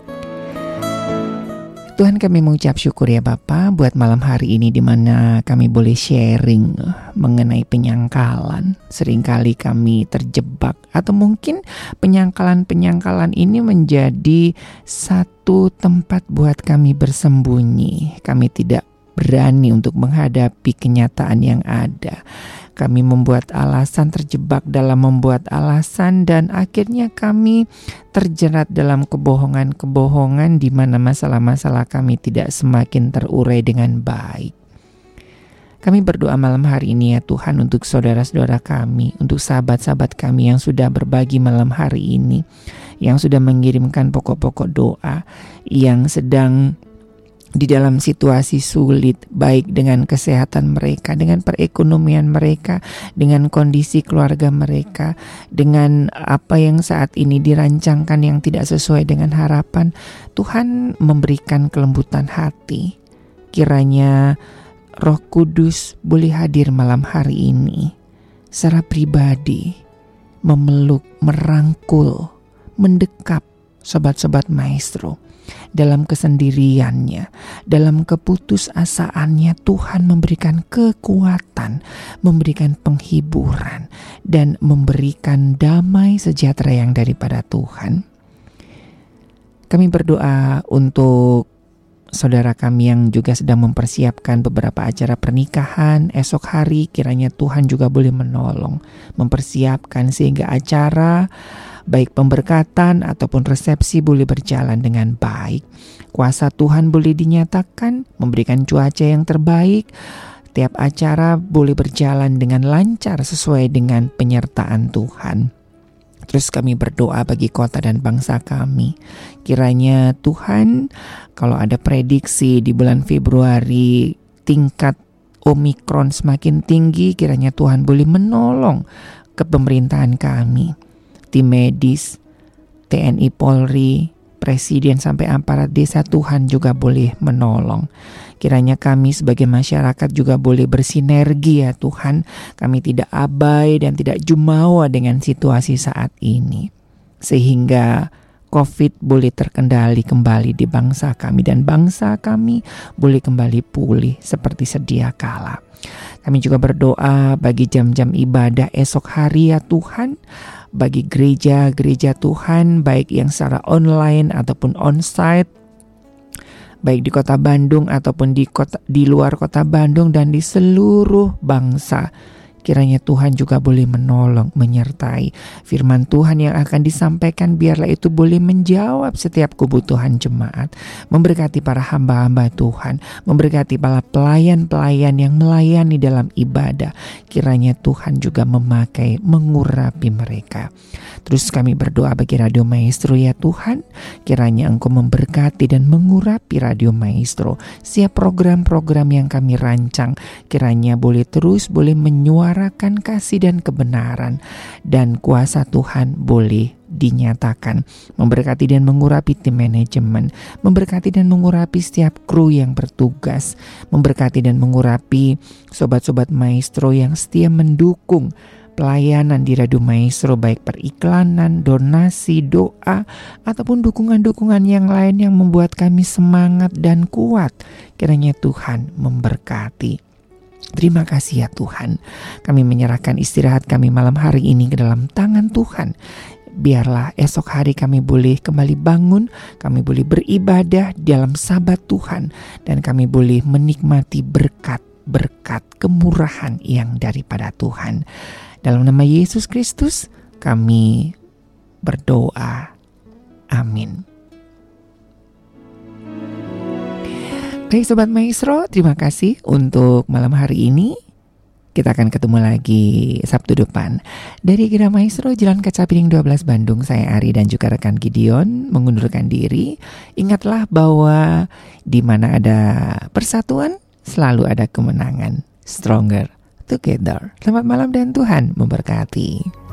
Speaker 1: Tuhan, kami mengucap syukur ya Bapa buat malam hari ini di mana kami boleh sharing mengenai penyangkalan. Seringkali kami terjebak, atau mungkin penyangkalan-penyangkalan ini menjadi satu tempat buat kami bersembunyi. Kami tidak berani untuk menghadapi kenyataan yang ada. Kami membuat alasan, terjebak dalam membuat alasan, dan akhirnya kami terjerat dalam kebohongan-kebohongan di mana masalah-masalah kami tidak semakin terurai dengan baik. Kami berdoa malam hari ini ya Tuhan untuk saudara-saudara kami, untuk sahabat-sahabat kami yang sudah berbagi malam hari ini, yang sudah mengirimkan pokok-pokok doa, yang sedang di dalam situasi sulit, baik dengan kesehatan mereka, dengan perekonomian mereka, dengan kondisi keluarga mereka, dengan apa yang saat ini dirancangkan yang tidak sesuai dengan harapan. Tuhan memberikan kelembutan hati. Kiranya Roh Kudus boleh hadir malam hari ini secara pribadi, memeluk, merangkul, mendekap sobat-sobat Maestro. Dalam kesendiriannya, dalam keputusasaannya, Tuhan memberikan kekuatan, memberikan penghiburan, dan memberikan damai sejahtera yang daripada Tuhan. Kami berdoa untuk saudara kami yang juga sedang mempersiapkan beberapa acara pernikahan esok hari. Kiranya Tuhan juga boleh menolong, mempersiapkan sehingga acara baik pemberkatan ataupun resepsi boleh berjalan dengan baik. Kuasa Tuhan boleh dinyatakan, memberikan cuaca yang terbaik. Tiap acara boleh berjalan dengan lancar sesuai dengan penyertaan Tuhan. Terus kami berdoa bagi kota dan bangsa kami. Kiranya Tuhan, kalau ada prediksi di bulan Februari tingkat Omikron semakin tinggi, kiranya Tuhan boleh menolong ke pemerintahan kami. Tim medis, T N I Polri, Presiden sampai aparat desa, Tuhan juga boleh menolong. Kiranya kami sebagai masyarakat juga boleh bersinergi ya Tuhan. Kami tidak abai dan tidak jumawa dengan situasi saat ini. Sehingga COVID boleh terkendali kembali di bangsa kami, dan bangsa kami boleh kembali pulih seperti sedia kala. Kami juga berdoa bagi jam-jam ibadah esok hari ya Tuhan. Bagi gereja-gereja Tuhan, baik yang secara online ataupun onsite, baik di kota Bandung ataupun di kota di luar kota Bandung dan di seluruh bangsa. Kiranya Tuhan juga boleh menolong, menyertai firman Tuhan yang akan disampaikan, biarlah itu boleh menjawab setiap kebutuhan jemaat, memberkati para hamba-hamba Tuhan, memberkati para pelayan-pelayan yang melayani dalam ibadah. Kiranya Tuhan juga memakai, mengurapi mereka. Terus kami berdoa bagi Radio Maestro ya Tuhan, kiranya Engkau memberkati dan mengurapi Radio Maestro. Setiap program-program yang kami rancang, kiranya boleh terus boleh menyuarakan kasih dan kebenaran, dan kuasa Tuhan boleh dinyatakan. Memberkati dan mengurapi tim manajemen, memberkati dan mengurapi setiap kru yang bertugas, memberkati dan mengurapi sobat-sobat Maestro yang setia mendukung pelayanan di Radio Maestro, baik periklanan, donasi, doa, ataupun dukungan-dukungan yang lain yang membuat kami semangat dan kuat. Kiranya Tuhan memberkati. Terima kasih ya Tuhan. Kami menyerahkan istirahat kami malam hari ini ke dalam tangan Tuhan. Biarlah esok hari kami boleh kembali bangun, kami boleh beribadah dalam sabat Tuhan, dan kami boleh menikmati berkat-berkat kemurahan yang daripada Tuhan. Dalam nama Yesus Kristus kami berdoa. Amin. Baik Sobat Maestro, terima kasih untuk malam hari ini. Kita akan ketemu lagi Sabtu depan. Dari Gereja Maestro Jalan Kaca Piring dua belas Bandung, saya Ari dan juga rekan Gideon mengundurkan diri. Ingatlah bahwa di mana ada persatuan, selalu ada kemenangan. Stronger together. Selamat malam dan Tuhan memberkati.